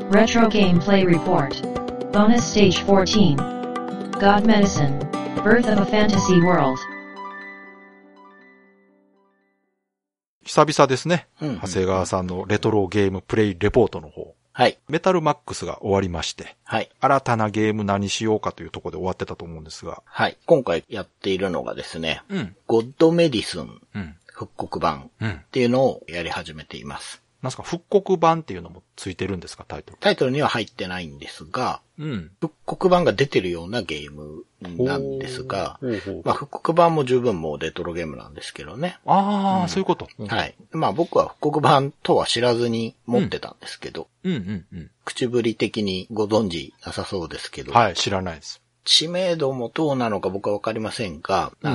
Retro Gameplay Report. Bonus Stage 14. God Medicine. Birth of a Fantasy World. 久々ですね。 うんうんうん長谷川さんのレトロゲームプレイレポートの方。 はい。 メタルマックスが終わりまして、 はい。 新たなゲーム何しようかというところで終わってたと思うんですが。 はい。今回やっているのがですね、 うん。 ゴッドメディスンうん。 復刻版うん。 っていうのをやり始めています。 なんすか、復刻版っていうのもついてるんですか、タイトル。 タイトルには入ってないんですが、 うん。 復刻版が出てるようなゲームなんですが、 ほうほう。 まあ復刻版も十分もうレトロゲームなんですけどね。 ああ、 うん、 そういうこと。 はい。まあ僕は復刻版とは知らずに持ってたんですけど、 うんうんうん。 口ぶり的にご存知なさそうですけど、 はい、知らないです。 知名度もどうなのか僕はわかりませんが、 うん、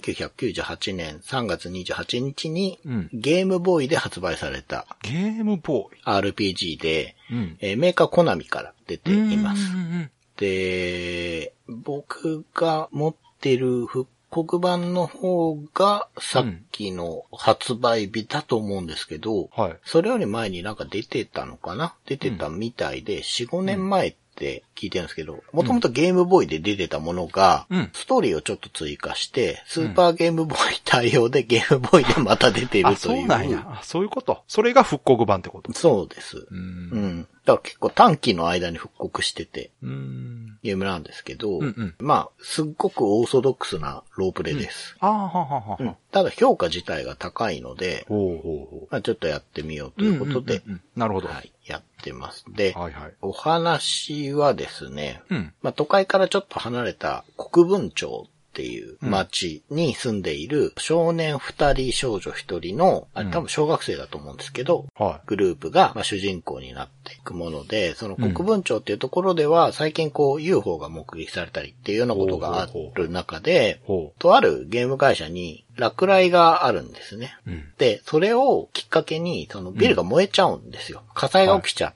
1998年3月28日に、ゲームボーイで発売された、 ゲームボーイ RPG で、 うんメーカーコナミから出ています。 うんうんうん、 で、僕が持ってる復刻版の方がさっきの発売日だと思うんですけど、 はい、 それより前になんか出てたのかな？出てたみたいで、4、5年前って聞いてるんですけど、もともとゲームボーイで出てたものが、ストーリーをちょっと追加して、スーパーゲームボーイ対応でゲームボーイでまた出てるという。 そうなんや。そういうこと。それが復刻版ってこと。 そうです。だから結構短期の間に復刻してて、ゲームなんですけど、まあ、すっごくオーソドックスなロープレです。ただ評価自体が高いので、まあ、ちょっとやってみようということで、 なるほど。 はい、やってます。で、 はいはい、 お話はですね、まあ、都会からちょっと離れた国分町っていう町に住んでいる少年二人少女一人の、多分小学生だと思うんですけど、グループがまあ主人公になっていくもので、その国分町っていうところでは最近こう UFO が目撃されたりっていうようなことがある中で、とあるゲーム会社に落雷があるんですね。で、それをきっかけにそのビルが燃えちゃうんですよ。火災が起きちゃって、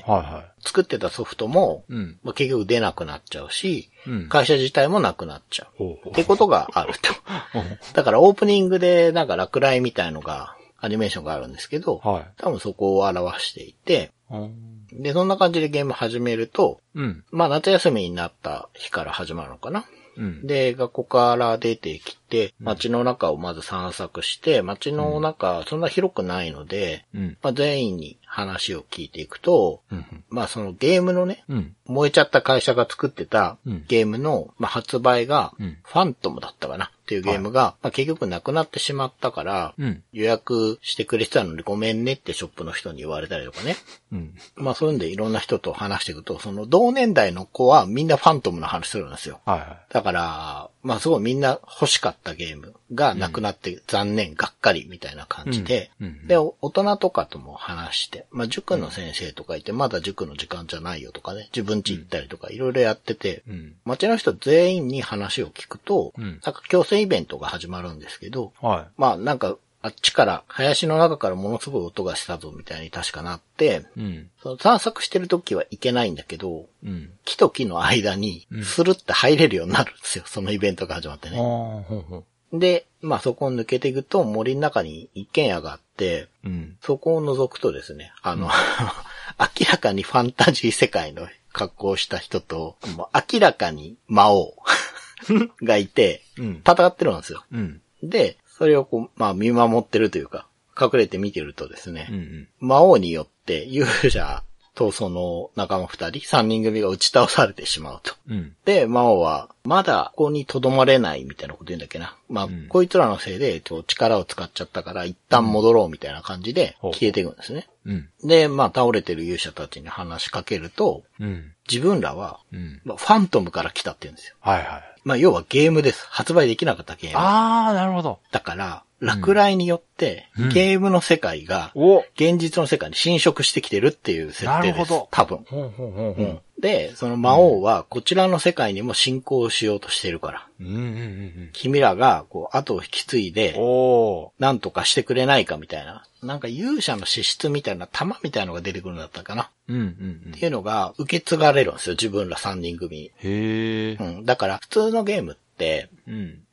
作ってたソフトも、まあ、結局出なくなっちゃうし、会社自体もなくなっちゃう。ってことがあると。だからオープニングでなんか落雷みたいのが、アニメーションがあるんですけど、多分そこを表していて、で、そんな感じでゲーム始めると、まあ夏休みになった日から始まるのかな。で、学校から出てきて、街の中をまず散策して、街の中、そんな広くないので、まあ全員に話を聞いていくと、まあそのゲームのね、燃えちゃった会社が作ってたゲームの、まあ、発売が、ファントムだったかなっていうゲームが、まあ、結局なくなってしまったから、予約してくれてたのにごめんねってショップの人に言われたりとかね。まあそういうんでいろんな人と話していくと、その同年代の子はみんなファントムの話するんですよ。だから、まあすごいみんな欲しかったゲームがなくなって残念、がっかりみたいな感じで、で、大人とかとも話して、まあ塾の先生とかいて、まだ塾の時間じゃないよとかね、自分家行ったりとかいろいろやってて、街の人全員に話を聞くと、なんか強制イベントが始まるんですけど、まあなんかあっちから林の中からものすごい音がしたぞみたいに確かなって、その探索してる時はいけないんだけど、木と木の間にスルって入れるようになるんですよ、そのイベントが始まってね。で、まあそこを抜けていくと森の中に一軒家があって、そこを覗くとですね、明らかにファンタジー世界の格好をした人と、もう明らかに魔王がいて、戦ってるんですよ。で、それをこう、まあ見守ってるというか、隠れて見てるとですね、魔王によって勇者とその仲間三人組が打ち倒されてしまうと。で、魔王は、まだここに留まれないみたいなこと言うんだっけな。まあ、こいつらのせいで力を使っちゃったから一旦戻ろうみたいな感じで消えていくんですね。で、まあ倒れてる勇者たちに話しかけると、自分らは、まあ、ファントムから来たって言うんですよ。まあ要はゲームです。発売できなかったゲーム。 なるほど。 だから、落雷によって、ゲームの世界が、現実の世界に侵食してきてるっていう設定です。なるほど。多分。で、その魔王は、こちらの世界にも侵攻しようとしてるから。君らが、こう、後を引き継いで、なんとかしてくれないかみたいな。なんか勇者の資質みたいな玉みたいなのが出てくるんだったかな。っていうのが受け継がれるんですよ、自分ら3人組。だから、普通のゲームって、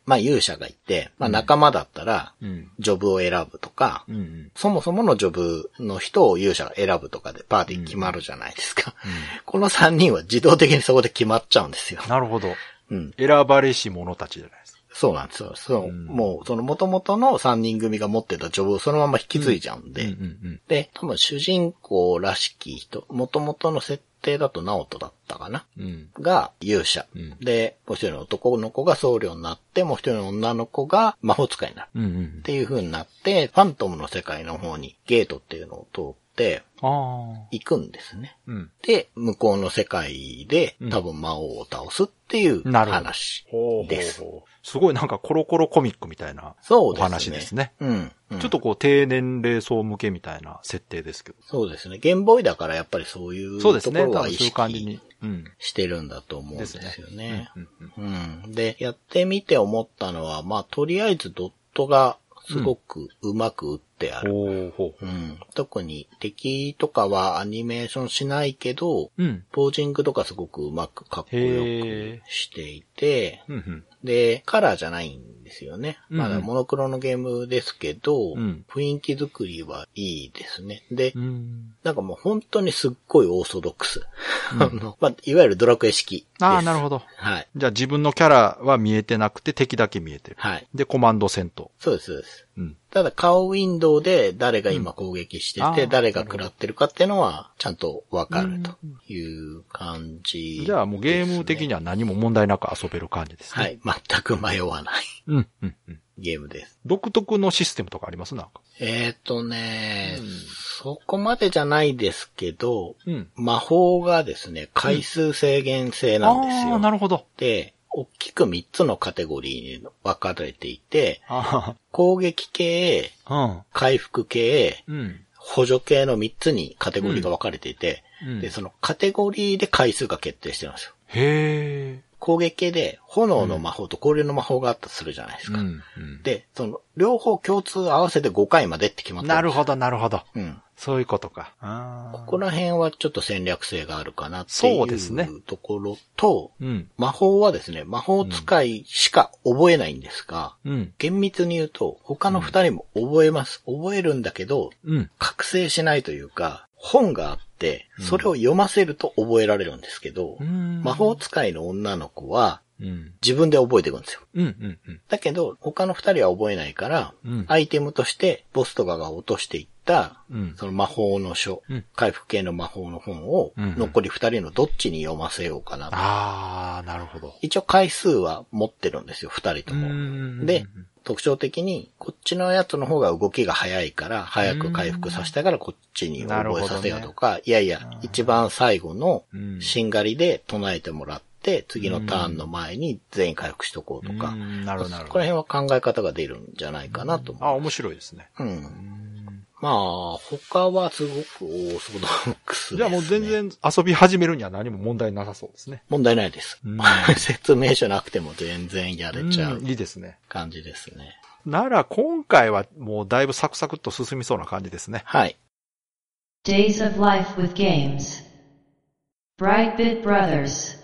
まあ勇者がいて、まあ仲間だったら、ジョブを選ぶとか、そもそものジョブの人を勇者が選ぶとかでパーティー決まるじゃないですか。この3人は自動的にそこで決まっちゃうんですよ。 なるほど。選ばれし者たちじゃないですか。 そうなんですよ。もう、その元々の3人組が持ってたジョブをそのまま引き継いじゃうんで。で、多分主人公らしき人、元々の設定だとナオトだったかな、が勇者、で、もう一人の男の子が僧侶になって、もう一人の女の子が魔法使いになる。っていう風になって、ファントムの世界の方にゲートっていうのを通って行くんですね。で、向こうの世界で多分魔王を倒すっていう話です。 すごいなんかコロコロコミックみたいなお話ですね。ちょっとこう低年齢層向けみたいな設定ですけど。 そうですね。ゲームボーイだからやっぱりそういうところは意識してるんだと思うんですよね。で、やってみて思ったのは、まあとりあえずドットがすごくうまく打ってある。特に敵とかはアニメーションしないけど、ポージングとかすごくうまくかっこよくしていて、で、カラーじゃないんですよね。まだモノクロのゲームですけど、雰囲気作りはいいですね。で、なんかもう本当にすっごいオーソドックス。まあ、いわゆるドラクエ式です。 ああ、なるほど。はい。じゃあ自分のキャラは見えてなくて敵だけ見えてる。はい。で、コマンド戦闘。 そうです、そうです。ただ顔ウィンドウで誰が今攻撃してて、誰が食らってるかっていうのはちゃんとわかるという感じですね。 じゃあもうゲーム的には何も問題なく遊べる感じですね。 はい。全く迷わない。ゲームです。 独特のシステムとかありますなんか。 そこまでじゃないですけど、魔法がですね、回数制限制なんですよ。 なるほど。 で、大きく3つのカテゴリーに分かれていて、攻撃系、回復系、補助系の3つにカテゴリーが分かれていて、で、そのカテゴリーで回数が決定してるんですよ。 へー。 攻撃系で炎の魔法と氷の魔法があったとするじゃないですか。で、その両方共通合わせて5回までって決まってるんです。 なるほど、なるほど。そういうことか。 ここら辺はちょっと戦略性があるかなっていうところと、魔法はですね、魔法使いしか覚えないんですが、厳密に言うと他の2人も覚えます。覚えるんだけど、覚醒しないというか、本があって、それを読ませると覚えられるんですけど、魔法使いの女の子は、自分で覚えていくんですよ。だけど、他の2人は覚えないから、アイテムとしてボスとかが落としていった、その魔法の書、回復系の魔法の本を、残り2人のどっちに読ませようかなと。 なるほど。 一応回数は持ってるんですよ、2人とも。で、特徴的に、こっちのやつの方が動きが早いから、早く回復させたからこっちに覚えさせようとか、いやいや、一番最後のしんがりで唱えてもらって、次のターンの前に全員回復しとこうとか、 なるほど。 ここら辺は考え方が出るんじゃないかなと思う。 面白いですね。 まあ、他はすごくオーソドックスですね。 じゃあもう全然遊び始めるには何も問題なさそうですね。 問題ないです。説明書なくても全然やれちゃう。 いいですね。 感じですね。 なら今回はもうだいぶサクサクっと進みそうな感じですね。 はい。 Days of Life with Games Brightbit Brothers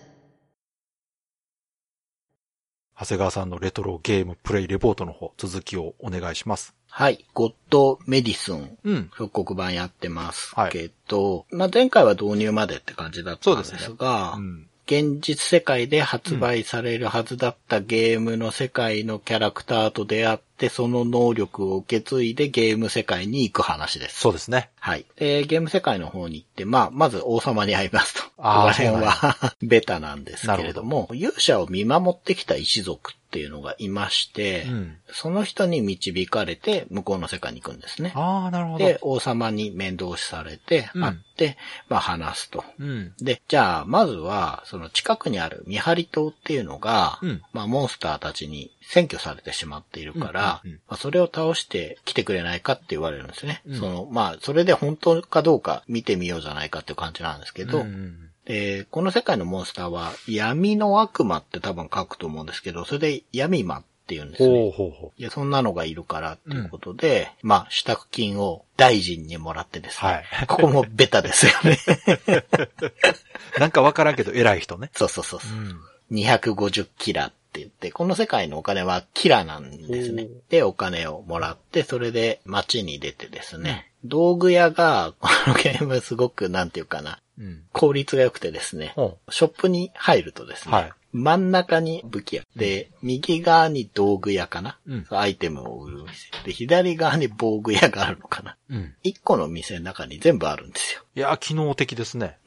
長谷川さんのレトロゲームプレイレポートの方、続きをお願いします。 はい。ゴッドメディスン。復刻版やってますけど、まあ、前回は導入までって感じだったんですが、現実世界で発売されるはずだったゲームの世界のキャラクターと出会って、その能力を受け継いでゲーム世界に行く話です。 そうですね。 はい。で、ゲーム世界の方に行って、まず王様に会いますと。ここら辺はベタなんですけれども、勇者を見守ってきた一族っていうのがいまして、その人に導かれて向こうの世界に行くんですね。 なるほど。 で、王様に面倒視されて、会って、話すと。で、じゃあ、まずは、その近くにある見張り島っていうのが、モンスターたちに占拠されてしまっているから、それを倒して来てくれないかって言われるんですね。それで本当かどうか見てみようじゃないかっていう感じなんですけど、この世界のモンスターは闇の悪魔って多分書くと思うんですけど、それで闇魔っていうんですね。いや、そんなのがいるからっていうことで、支度金を大臣にもらってですね。ここもベタですよね。 なんかわからんけど偉い人ね。 そう。250キラってって言って、この世界のお金はキラなんですね。で、お金をもらって、それで街に出てですね、道具屋が、このゲームすごく、なんていうかな、効率が良くてですね、ショップに入るとですね、真ん中に武器屋で、右側に道具屋かな、アイテムを売る店。で、左側に防具屋があるのかな、一個の店の中に全部あるんですよ。 いや、機能的ですね。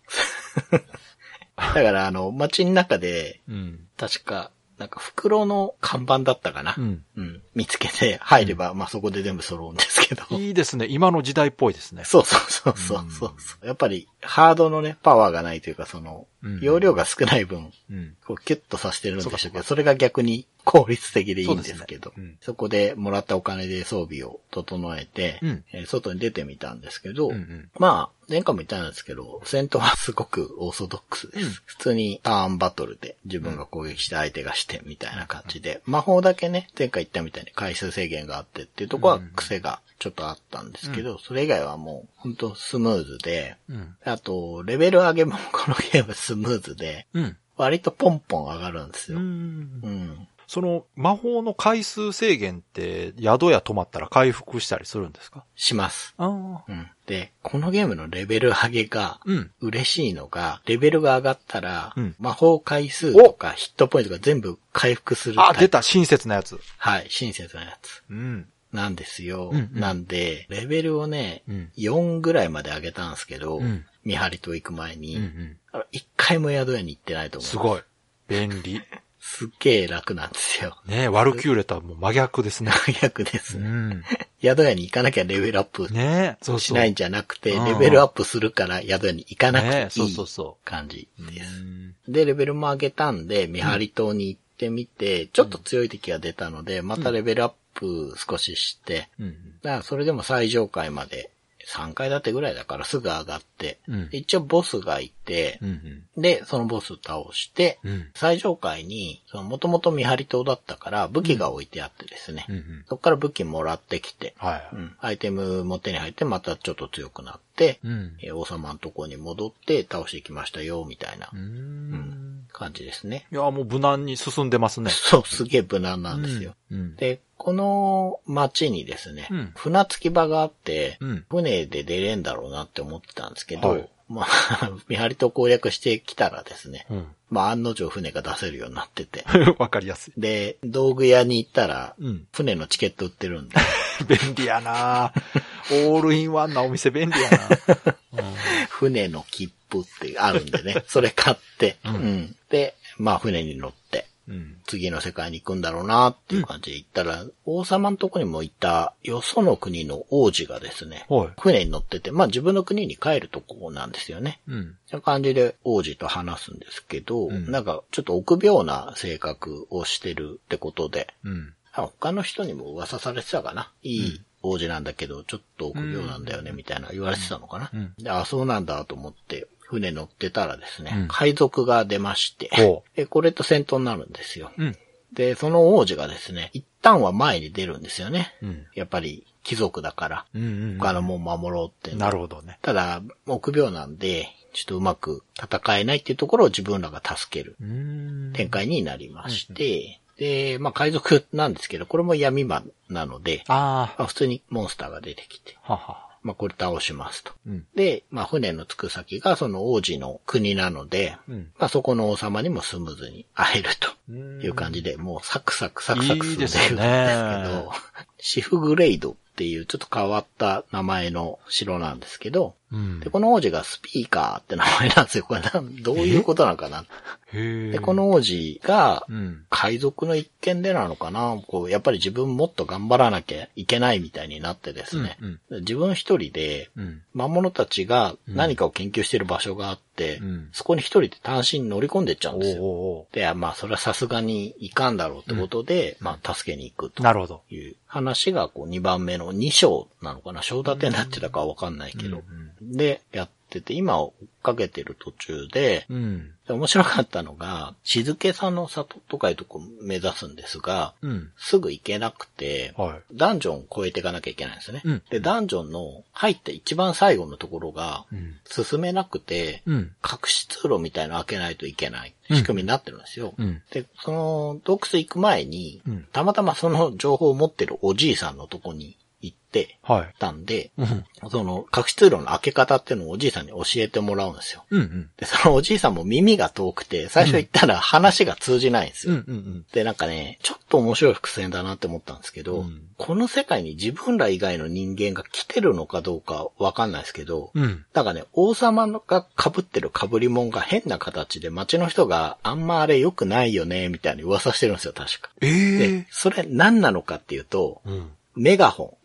だから街の中で、確か、なんか袋の看板だったかな、見つけて入れば、まあそこで全部揃うんですけど。 いいですね。今の時代っぽいですね。 そう。やっぱりハードのね、パワーがないというか、容量が少ない分、こうキュッとさせてるんでしょうけど、それが逆に効率的でいいんですけど、そこでもらったお金で装備を整えて、外に出てみたんですけど、まあ、前回も言ったんですけど、戦闘はすごくオーソドックスです。普通にターンバトルで自分が攻撃して相手がしてみたいな感じで、魔法だけね、前回言ったみたいに回数制限があってっていうところは癖がちょっとあったんですけど、それ以外はもう本当スムーズで、あと、レベル上げもこのゲームスムーズで、割とポンポン上がるんですよ。 その魔法の回数制限って宿屋泊まったら回復したりするんですか？ します。で、このゲームのレベル上げが嬉しいのが、レベルが上がったら、魔法回数とかヒットポイントが全部回復するタイプ。 出た、親切なやつ。 はい、親切なやつ。なんですよ。なんで、レベルをね、4ぐらいまで上げたんですけど、見張りと行く前に、一回も宿屋に行ってないと思う。 すごい。便利。 すっげー楽なんですよ。 ねえ、ワルキューレとはもう真逆ですね。 真逆ですね。宿屋に行かなきゃレベルアップしないんじゃなくて、レベルアップするから宿屋に行かなくていい感じです。で、レベルも上げたんで、見張り島に行ってみて、ちょっと強い敵が出たので、またレベルアップ少しして、だからそれでも最上階まで3階建てぐらいだからすぐ上がって、一応ボスがいて、で、そのボス倒して、最上階に、もともと見張り塔だったから武器が置いてあってですね、そこから武器もらってきて、アイテムも手に入ってまたちょっと強くなって、王様のとこに戻って倒してきましたよ、みたいな、感じですね。 いや、もう無難に進んでますね。 そう、すげえ無難なんですよ。で、この町にですね、船着き場があって、船で出れんだろうなって思ってたんですけど、まあ、見張りと攻略してきたらですね、まあ案の定船が出せるようになってて。 わかりやすい。 で、道具屋に行ったら、船のチケット売ってるんで。 便利やなオールインワンなお店便利やな船の切符ってあるんでね、それ買って、で、まあ船に乗って、次の世界に行くんだろうなっていう感じで行ったら、王様のとこにもいたよその国の王子がですね、船に乗ってて、まあ自分の国に帰るとこなんですよね。そういう感じで王子と話すんですけど、なんかちょっと臆病な性格をしてるってことで、他の人にも噂されてたかな。いい王子なんだけど、ちょっと臆病なんだよねみたいな言われてたのかな。で、あ、そうなんだと思って、船乗ってたらですね、海賊が出まして、これと戦闘になるんですよ。で、その王子がですね、一旦は前に出るんですよね。やっぱり貴族だから、他のもん守ろうって。 なるほどね。 ただ、臆病なんで、ちょっとうまく戦えないっていうところを自分らが助ける展開になりまして、で、まあ海賊なんですけど、これも闇魔なので、まあ、普通にモンスターが出てきて、まあこれ倒しますと。で、まあ船の着く先がその王子の国なので、まあそこの王様にもスムーズに会えるという感じで、もうサクサク進んでるんですけど、シフグレイドっていうちょっと変わった名前の城なんですけど、で、この王子がスピーカーって名前なんですよ。これどういうことなのかな。で、この王子が、海賊の一件でなのかな、こう、やっぱり自分もっと頑張らなきゃいけないみたいになってですね、自分一人で、魔物たちが何かを研究している場所があって、そこに一人で単身乗り込んでっちゃうんですよ。で、まあ、それはさすがにいかんだろうってことで、まあ、助けに行くという話が、こう、2番目の2章なのかな、章立てになってたかわかんないけど、で、やってってて、今追っかけてる途中で、面白かったのが、静けさの里とかいうとこ目指すんですが、すぐ行けなくて、ダンジョンを越えていかなきゃいけないんですね。で、ダンジョンの入って一番最後のところが、進めなくて、隠し通路みたいなの開けないといけない仕組みになってるんですよ。で、その洞窟行く前に、たまたまその情報を持ってるおじいさんのとこに行ってたんで、その隠し通路の開け方っていうのをおじいさんに教えてもらうんですよ。で、そのおじいさんも耳が遠くて、最初行ったら話が通じないんですよ。で、なんかね、ちょっと面白い伏線だなって思ったんですけど、この世界に自分ら以外の人間が来てるのかどうかわかんないですけど、なんかね、王様が被ってる被り物が変な形で街の人があんまあれ良くないよね、みたいに噂してるんですよ、確か。で、それ何なのかっていうと、メガホン。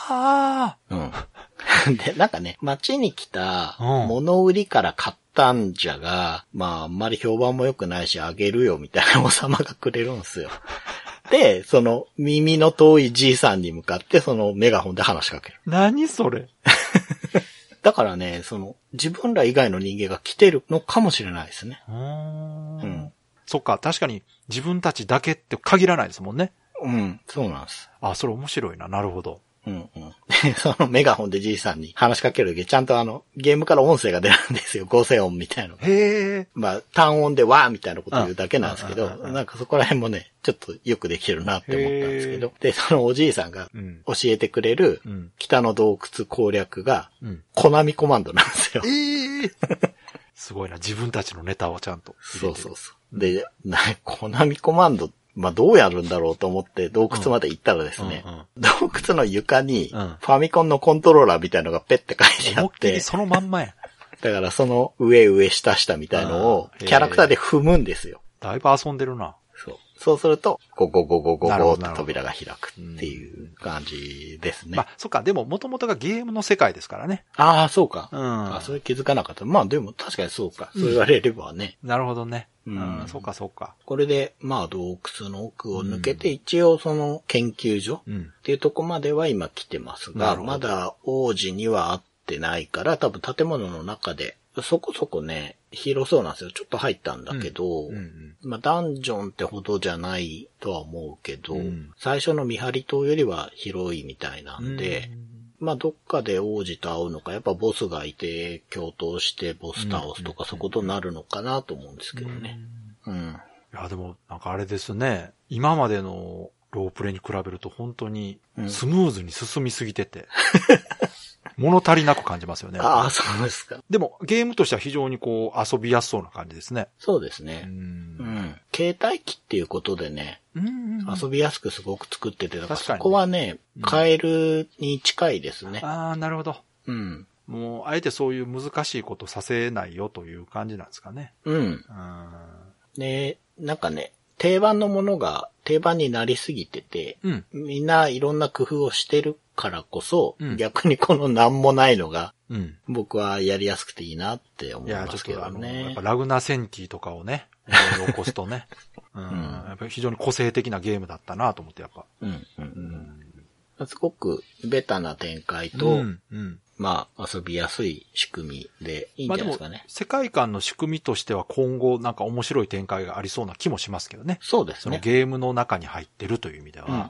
で、なんかね、街に来た物売りから買ったんじゃが、まあ、あんまり評判も良くないし、あげるよ、みたいな王様がくれるんですよ。で、その耳の遠いじいさんに向かって、そのメガホンで話しかける。 何それだからね、その、自分ら以外の人間が来てるのかもしれないですね。 そっか、確かに自分たちだけって限らないですもんね。 そうなんです。 それ面白いな。なるほど。 で、そのメガホンでじいさんに話しかけるとき、ちゃんとゲームから音声が出るんですよ。合成音みたいなのが。まあ、単音でわーみたいなこと言うだけなんですけど、なんかそこら辺もね、ちょっとよくできてるなって思ったんですけど。で、そのおじいさんが教えてくれる北の洞窟攻略が、コナミコマンドなんですよ。 すごいな。自分たちのネタをちゃんと入れてる。 そう。で、コナミコマンドまあどうやるんだろうと思って洞窟まで行ったらですね、洞窟の床にファミコンのコントローラーみたいなのがペッて書いてあって、 そのまんまや。 だからその上下みたいのをキャラクターで踏むんですよ。 だいぶ遊んでるな。 そうすると、ゴって扉が開くっていう感じですね。 まあ、そっか、でも元々がゲームの世界ですからね。 そうか。それ気づかなかった。まあでも確かにそうか。そう言われればね。 なるほどね。そうか。 これで、まあ洞窟の奥を抜けて、一応その研究所っていうとこまでは今来てますが、まだ王子には会ってないから、多分建物の中で、そこそこね、広そうなんですよ。ちょっと入ったんだけど、まあダンジョンってほどじゃないとは思うけど、最初の見張り塔よりは広いみたいなんで、まあどっかで王子と会うのか、やっぱボスがいて共闘してボス倒すとかそういうことになるのかなと思うんですけどね。 いやでもなんかあれですね、今までのロープレイに比べると本当にスムーズに進みすぎてて、物足りなく感じますよね。 そうですか。 でもゲームとしては非常にこう遊びやすそうな感じですね。 そうですね。携帯機っていうことでね、遊びやすくすごく作ってて、だからそこはね、カエルに近いですね。 なるほど。もうあえてそういう難しいことさせないよという感じなんですかね。で、 なんかね、定番のものが定番になりすぎてて、みんないろんな工夫をしてるからこそ、逆にこのなんもないのが、僕はやりやすくていいなって思いますけどね。 やっぱラグナセンティとかをね、起こすとね、やっぱり非常に個性的なゲームだったなと思って、やっぱ。 すごくベタな展開と、まあ遊びやすい仕組みでいいんじゃないですかね。 まあでも世界観の仕組みとしては今後なんか面白い展開がありそうな気もしますけどね。 そうですね。 そのゲームの中に入ってるという意味では。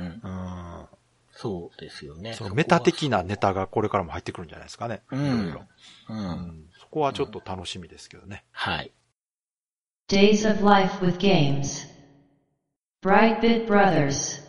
そうですよね。 そのメタ的なネタがこれからも入ってくるんじゃないですかね。いろいろ。そこはちょっと楽しみですけどね。 はい。 Days of Life with Games Brightbit Brothers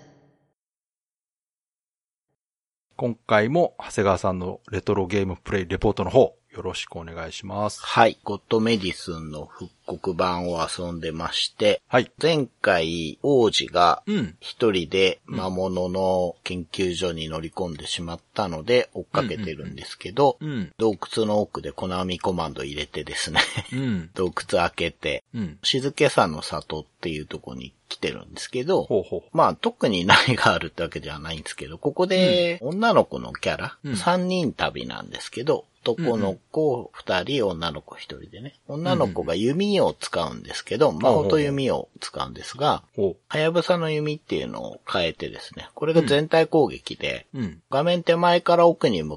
今回も長谷川さんのレトロゲームプレイレポートの方、よろしくお願いします。 はい。ゴッドメディスンの復刻版を遊んでまして、 はい。 前回、王子が一人で魔物の研究所に乗り込んでしまったので追っかけてるんですけど、洞窟の奥でコナミコマンド入れてですね、洞窟開けて、静けさの里っていうとこに来てるんですけど、まあ特に何があるってわけではないんですけど、ここで女の子のキャラ、3人旅なんですけど、男の子2人、女の子1人でね。女の子が弓を使うんですけど、魔法と弓を使うんですが、はやぶさの弓っていうのを変えてですね、これが全体攻撃で、画面手前から奥に向かっ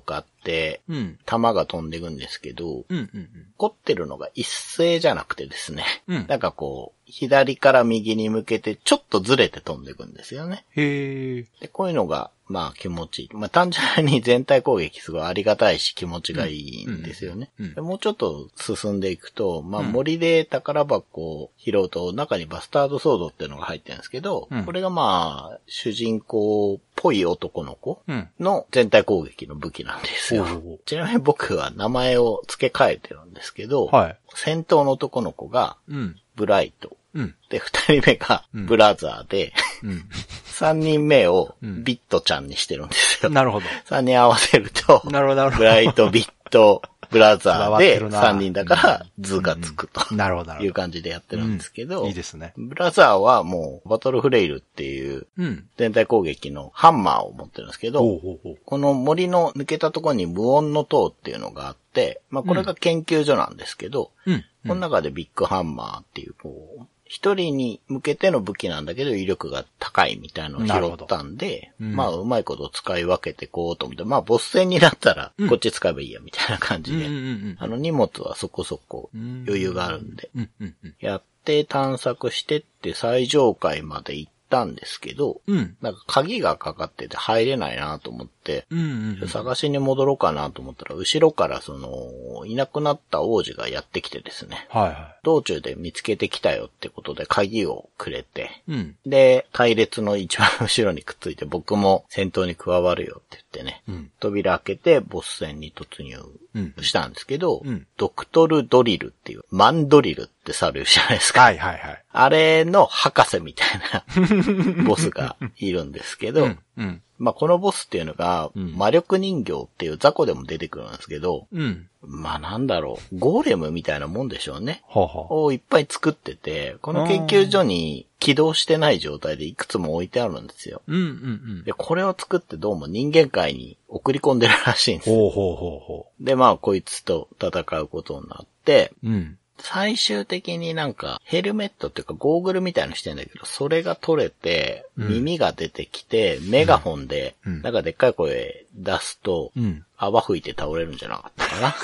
て、弾が飛んでいくんですけど、起こってるのが一斉じゃなくてですね、なんかこう、左から右に向けてちょっとずれて飛んでいくんですよね。 へー。で、 こういうのが、まあ気持ちいい。まあ単純に全体攻撃すごいありがたいし気持ちがいいんですよね。でもうちょっと進んでいくと、まあ森で宝箱を拾うと中にバスタードソードっていうのが入ってるんですけど、これがまあ主人公っぽい男の子の全体攻撃の武器なんですよ。ちなみに僕は名前を付け替えてるんですけど、先頭の男の子がブライト。で、二人目がブラザーで、三人目をビットちゃんにしてるんですよ。 なるほど。 三人合わせると、ブライト、ビット、ブラザーで三人だから図がつくという感じでやってるんですけど、 いいですね。 ブラザーはもうバトルフレイルっていう全体攻撃のハンマーを持ってるんですけど、この森の抜けたところに無音の塔っていうのがあって、まあこれが研究所なんですけど、この中でビッグハンマーっていうこう、一人に向けての武器なんだけど威力が高いみたいなのを拾ったんで、まあうまいこと使い分けてこうと思って、まあボス戦になったらこっち使えばいいやみたいな感じで、荷物はそこそこ余裕があるんで、やって探索してって最上階まで行ったんですけど、なんか鍵がかかってて入れないなと思って、探しに戻ろうかなと思ったら、後ろからいなくなった王子がやってきてですね、道中で見つけてきたよってことで鍵をくれて、で、隊列の一番後ろにくっついて僕も戦闘に加わるよって言ってね、扉開けてボス戦に突入したんですけど、ドクトルドリルっていう、マンドリルって猿いるじゃないですか。あれの博士みたいなボスがいるんですけど、まあこのボスっていうのが、魔力人形っていう雑魚でも出てくるんですけど、まあなんだろう、ゴーレムみたいなもんでしょうね。をいっぱい作ってて、この研究所に起動してない状態でいくつも置いてあるんですよ。で、これを作ってどうも人間界に送り込んでるらしいんですよ。で、まあこいつと戦うことになって、最終的になんかヘルメットっていうかゴーグルみたいなのしてんだけど、それが取れて、耳が出てきて、メガホンで、なんかでっかい声出すと、泡吹いて倒れるんじゃなかったかな。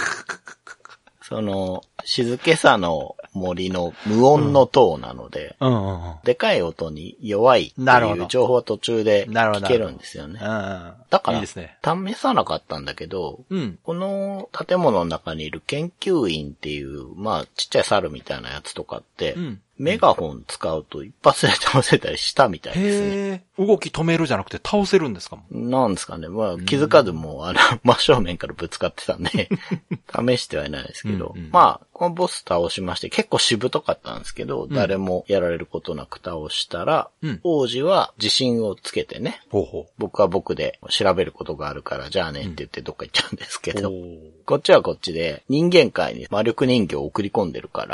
静けさの森の無音の塔なので、でかい音に弱いっていう情報は途中で聞けるんですよね。だから、試さなかったんだけど、この建物の中にいる研究員っていう、まあちっちゃい猿みたいなやつとかって、メガホン使うと一発で倒せたりしたみたいですね。 動き止めるじゃなくて倒せるんですか？ なんですかね。まあ気づかずもう真正面からぶつかってたんで、試してはいないですけど、まあこのボス倒しまして結構しぶとかったんですけど、誰もやられることなく倒したら、王子は自信をつけてね、僕は僕で調べることがあるからじゃあねって言ってどっか行っちゃうんですけど、こっちはこっちで人間界に魔力人形を送り込んでるから、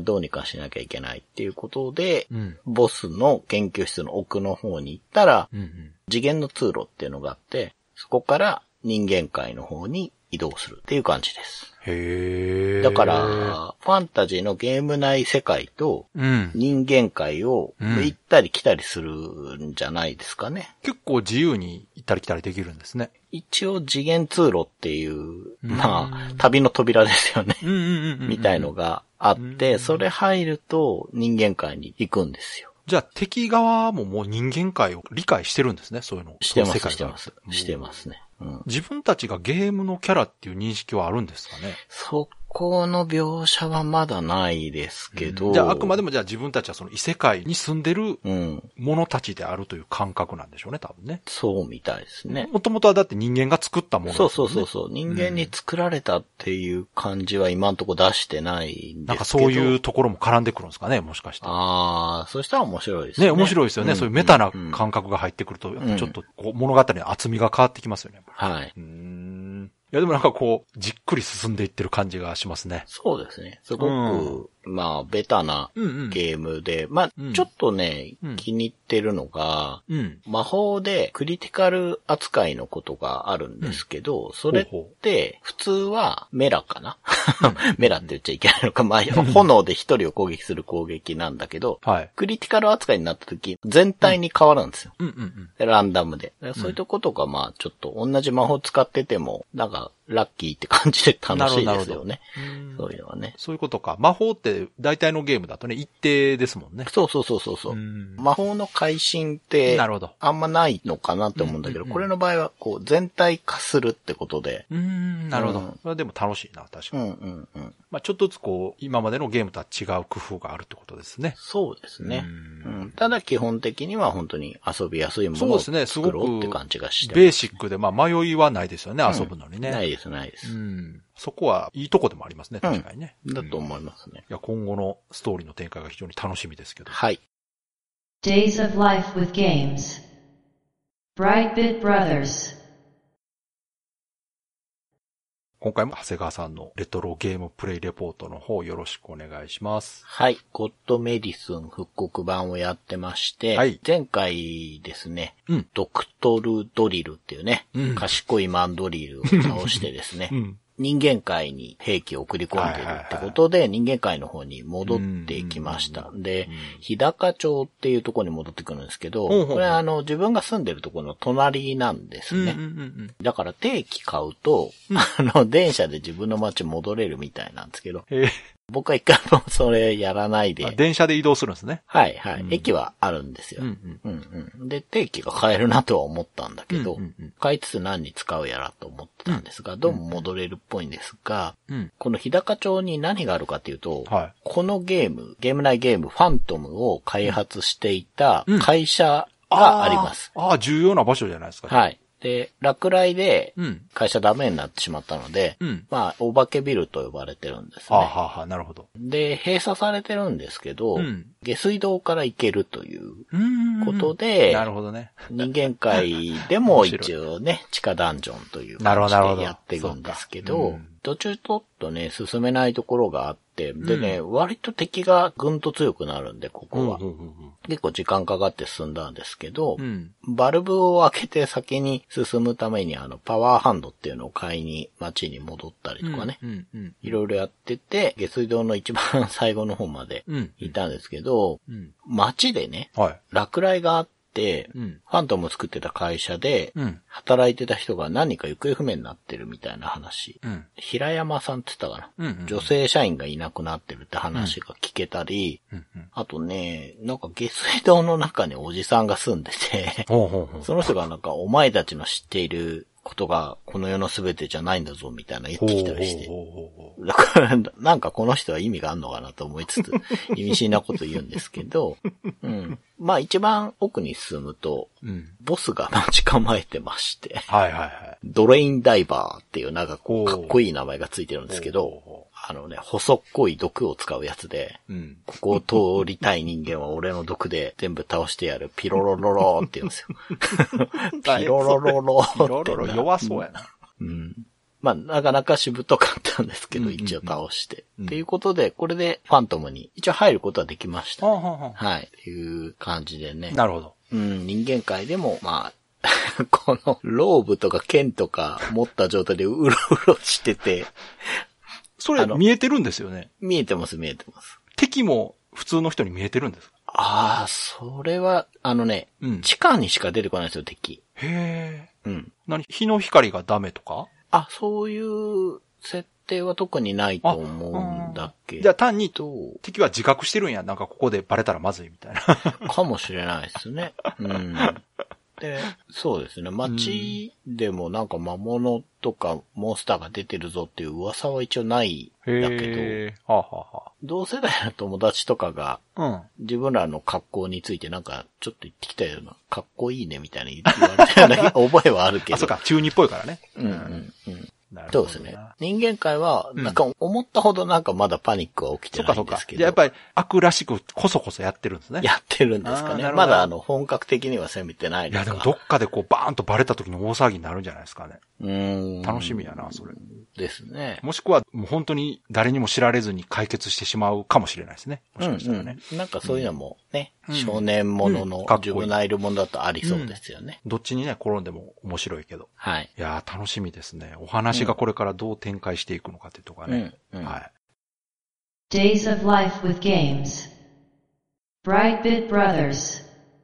どうにかしなきゃいけないっていうことで、ボスの研究室の奥の方に行ったら、次元の通路っていうのがあって、そこから人間界の方に移動するっていう感じです。だから、ファンタジーのゲーム内世界と人間界を行ったり来たりするんじゃないですかね。 結構自由に行ったり来たりできるんですね。 一応次元通路っていう、まあ、旅の扉ですよね。みたいのがあって、それ入ると人間界に行くんですよ。 じゃあ敵側ももう人間界を理解してるんですね、そういうの。 してますね。 自分たちがゲームのキャラっていう認識はあるんですかね？ そこの描写はまだないですけど。 じゃああくまでもじゃあ自分たちはその異世界に住んでる者たちであるという感覚なんでしょうね、多分ね。 そうみたいですね。 もともとはだって人間が作ったものですよね。 そう。人間に作られたっていう感じは今んとこ出してないんですけど。 なんかそういうところも絡んでくるんですかね、もしかして。 そしたら面白いですね。 ね、面白いですよね。そういうメタな感覚が入ってくると、やっぱちょっとこう物語の厚みが変わってきますよね。 はい。 いやでもなんかこう、じっくり進んでいってる感じがしますね。 そうですね。すごく、まあ、ベタなゲームで、まあ、ちょっとね、気に入ってるのが、魔法でクリティカル扱いのことがあるんですけど、それって、普通はメラかなメラって言っちゃいけないのか、まあ、炎で一人を攻撃する攻撃なんだけど、 はい。 クリティカル扱いになった時、全体に変わるんですよ。 うんうんうん。 ランダムで。そういうとことか、まあ、ちょっと同じ魔法使ってても、なんか、ラッキーって感じで楽しいですよね。そういうのはね。 そういうことか。魔法って大体のゲームだとね、一定ですもんね。 そう。魔法の会心って、 なるほど。 あんまないのかなって思うんだけど、これの場合は、こう、全体化するってことで。 なるほど。それでも楽しいな、確かに。まあちょっとずつこう、今までのゲームとは違う工夫があるってことですね。 そうですね。ただ基本的には本当に遊びやすいものを作ろうって感じがして、 ベーシックで、まあ迷いはないですよね、遊ぶのにね。 ないです。 そこはいいとこでもありますね、確かにね。 だと思いますね。 いや、今後のストーリーの展開が非常に楽しみですけど。 はい。 Days of Life with Games Brightbit Brothers。 今回も長谷川さんのレトロゲームプレイレポートの方よろしくお願いします。 はい。ゴッドメディスン復刻版をやってまして、はい、前回ですね、ドクトルドリルっていうね、賢いマンドリルを倒してですね、人間界に兵器を送り込んでるってことで、人間界の方に戻っていきました。で、日高町っていうところに戻ってくるんですけど、これ自分が住んでるところの隣なんですね。だから定期買うと、電車で自分の街戻れるみたいなんですけど、僕は一回もそれやらないで。 電車で移動するんですね。 はいはい。駅はあるんですよ。で、定期が買えるなとは思ったんだけど、買いつつ何に使うやらと思ってたんですが、どうも戻れるっぽいんですが、この日高町に何があるかっていうと、このゲーム内ゲームファントムを開発していた会社があります。 重要な場所じゃないですか。 はい。で、落雷で会社ダメになってしまったので、まあ、お化けビルと呼ばれてるんですね。 なるほど。 で、閉鎖されてるんですけど、下水道から行けるということで、 なるほどね。 人間界でも一応ね、地下ダンジョンという感じでやってるんですけど、途中ちょっとね、進めないところがあって、でね、割と敵がぐんと強くなるんで、ここは。結構時間かかって進んだんですけど、バルブを開けて先に進むためにパワーハンドっていうのを買いに街に戻ったりとかね、いろいろやってて、下水道の一番最後の方まで行ったんですけど、街でね、落雷があって、ファントムを作ってた会社で、働いてた人が何か行方不明になってるみたいな話。平山さんって言ったかな、女性社員がいなくなってるって話が聞けたり、あとね、なんか下水道の中におじさんが住んでて、その人がなんかお前たちの知っていることがこの世の全てじゃないんだぞみたいな言ってきたりして。だからなんかこの人は意味があるのかなと思いつつ意味深なこと言うんですけど、まあ一番奥に進むと、ボスが待ち構えてまして、ドレインダイバーっていうなんかこうかっこいい名前がついてるんですけど、細っこい毒を使うやつで、ここを通りたい人間は俺の毒で全部倒してやる。ピロロロローって言うんですよ。ピロロロローって弱そうやな。 まあ、なかなかしぶとかったんですけど、一応倒して。っていうことで、これでファントムに一応入ることはできました、ね。はい。っていう感じでね。 なるほど。 人間界でも、まあ、このローブとか剣とか持った状態でうろうろしてて、 それ見えてるんですよね。 見えてます。 敵も普通の人に見えてるんですか？ それは、地下にしか出てこないですよ、敵。 へー。日の光がダメとか？ そういう設定は特にないと思うんだっけ。 じゃあ単に敵は自覚してるんや。なんかここでバレたらまずいみたいな。 かもしれないですね。で、そうですね。街でもなんか魔物とかモンスターが出てるぞっていう噂は一応ないんだけど、同世代の友達とかが、自分らの格好についてなんかちょっと言ってきたような、かっこいいねみたいな言われたような覚えはあるけど。 そうか、中二っぽいからね。 そうですね。人間界は、なんか思ったほどなんかまだパニックは起きてないんですけど。 じゃあやっぱり悪らしくこそこそやってるんですね。 やってるんですかね。まだ本格的には攻めてないですか。 いやでもどっかでこうバーンとバレた時に大騒ぎになるんじゃないですかね。楽しみやな、それ。 ですね。 もしくは、もう本当に誰にも知られずに解決してしまうかもしれないですね。もしかしたらね。 なんかそういうのもね、少年もののジュブナイルものだとありそうですよね。 どっちにね、転んでも面白いけど。 はい。 いやー、楽しみですね。お話がこれからどう展開していくのかっていうところがね。はい。 Days of Life with Games Brightbit Brothers。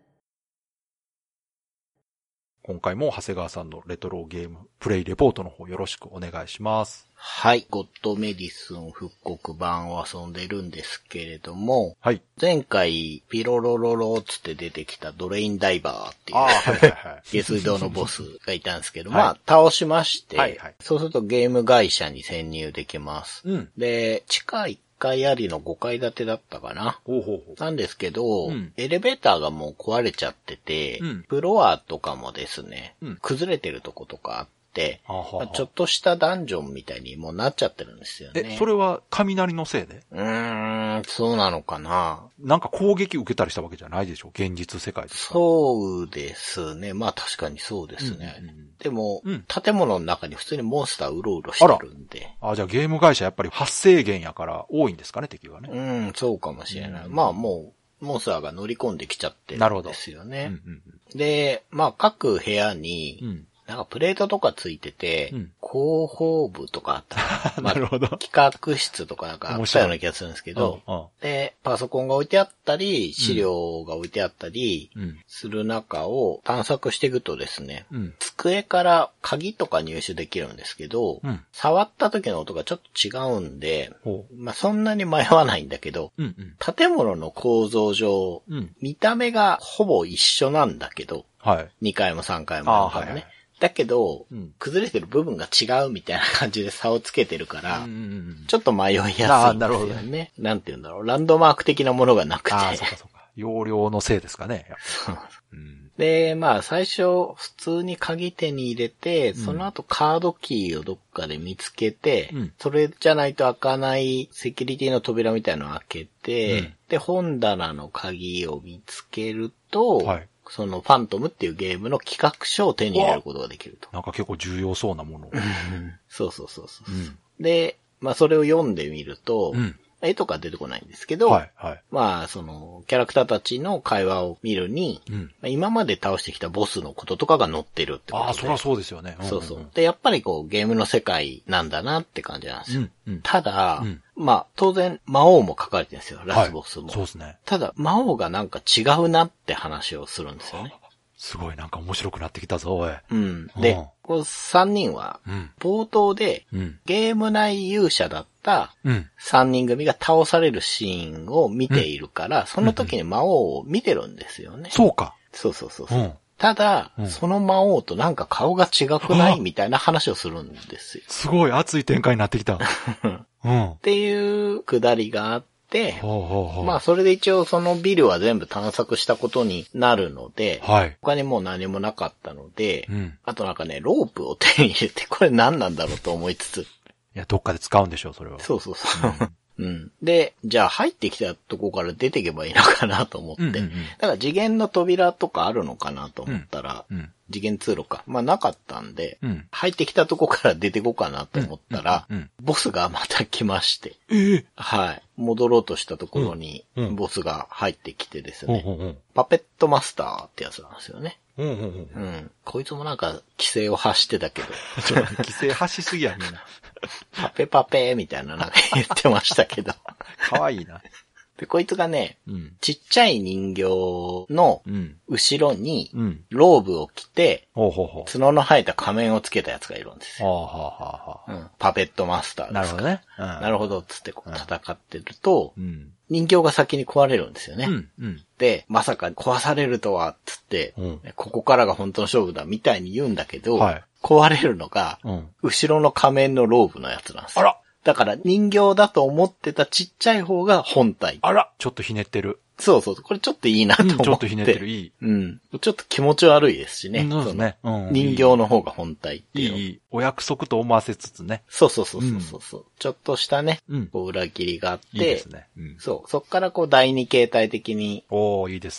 今回も長谷川さんのレトロゲームプレイレポートの方よろしくお願いします。 はい。ゴッドメディスン復刻版を遊んでるんですけれども、 はい。 前回、ピロロロロつって出てきたドレインダイバーっていう、下水道のボスがいたんですけど、まあ、倒しまして、そうするとゲーム会社に潜入できます。で、地下1階ありの5階建てだったかな。なんですけど、エレベーターがもう壊れちゃってて、フロアとかもですね、崩れてるとことかあって、ちょっとしたダンジョンみたいにもうなっちゃってるんですよね。 それは雷のせいで？ そうなのかな。 なんか攻撃受けたりしたわけじゃないでしょ？現実世界ですか？ そうですね。まあ確かにそうですね。でも、建物の中に普通にモンスターうろうろしてるんで。 じゃあゲーム会社やっぱり発生源やから多いんですかね、敵がね。 そうかもしれない。まあもう、モンスターが乗り込んできちゃってるんですよね。で、まあ各部屋に、なんかプレートとかついてて、広報部とかあったなるほど。 企画室とかなんかあったような気がするんですけど、で、パソコンが置いてあったり、資料が置いてあったり、する中を探索していくとですね、机から鍵とか入手できるんですけど、触った時の音がちょっと違うんで、まあそんなに迷わないんだけど、建物の構造上、見た目がほぼ一緒なんだけど、2階も3階も4階もね。だけど、崩れてる部分が違うみたいな感じで差をつけてるから、ちょっと迷いやすいんですよね。なんて言うんだろう。ランドマーク的なものがなくて。 そうか。容量のせいですかね。 で、まあ最初、普通に鍵手に入れて、その後カードキーをどっかで見つけて、それじゃないと開かないセキュリティの扉みたいなのを開けて、で、本棚の鍵を見つけると、そのファントムっていうゲームの企画書を手に入れることができると。 なんか結構重要そうなもの。 そう。で、まあそれを読んでみると、絵とか出てこないんですけど、まあそのキャラクターたちの会話を見るに、今まで倒してきたボスのこととかが載ってるってことで。 そりゃそうですよね。 そう。で、やっぱりこうゲームの世界なんだなって感じなんですよ。ただ、まあ当然魔王も書かれてるんですよ、ラスボスも。 そうですね。 ただ魔王がなんか違うなって話をするんですよね。 すごいなんか面白くなってきたぞ、おい。 で、こう3人は、冒頭で、ゲーム内勇者だった3人組が倒されるシーンを見ているから、その時に魔王を見てるんですよね。 そうか。 そう。ただ、その魔王となんか顔が違くないみたいな話をするんですよ。 すごい熱い展開になってきた。 っていうくだりがあって、まあそれで一応そのビルは全部探索したことになるので、他にもう何もなかったので、あとなんかね、ロープを手に入れて、これ何なんだろうと思いつつ。いや、どっかで使うんでしょう、それは。 そう。で、じゃあ入ってきたとこから出ていけばいいのかなと思って。だから次元の扉とかあるのかなと思ったら、次元通路か。まあなかったんで、入ってきたとこから出てこうかなと思ったら、ボスがまた来まして。戻ろうとしたところに、ボスが入ってきてですね。パペットマスターってやつなんですよね。こいつもなんか、規制を発してたけど。 規制発しすぎや、みんな。 パペパペみたいななんか言ってましたけど。 かわいいな。 で、こいつがね、ちっちゃい人形の後ろに、ローブを着て、角の生えた仮面をつけたやつがいるんですよ。パペットマスターですか。 なるほどね。 なるほど、つってこう戦ってると、人形が先に壊れるんですよね。で、まさか壊されるとは、つって、ここからが本当の勝負だ、みたいに言うんだけど、壊れるのが、後ろの仮面のローブのやつなんですよ。だから人形だと思ってたちっちゃい方が本体。 ちょっとひねってる。 そう。これちょっといいなと思って。 ちょっとひねってる、いい。 ちょっと気持ち悪いですしね。 そうですね。 人形の方が本体っていう。 いい。お約束と思わせつつね。 そう。ちょっとしたね、こう裏切りがあって。 いいですね。 そっからこう第二形態的に。 いいですね。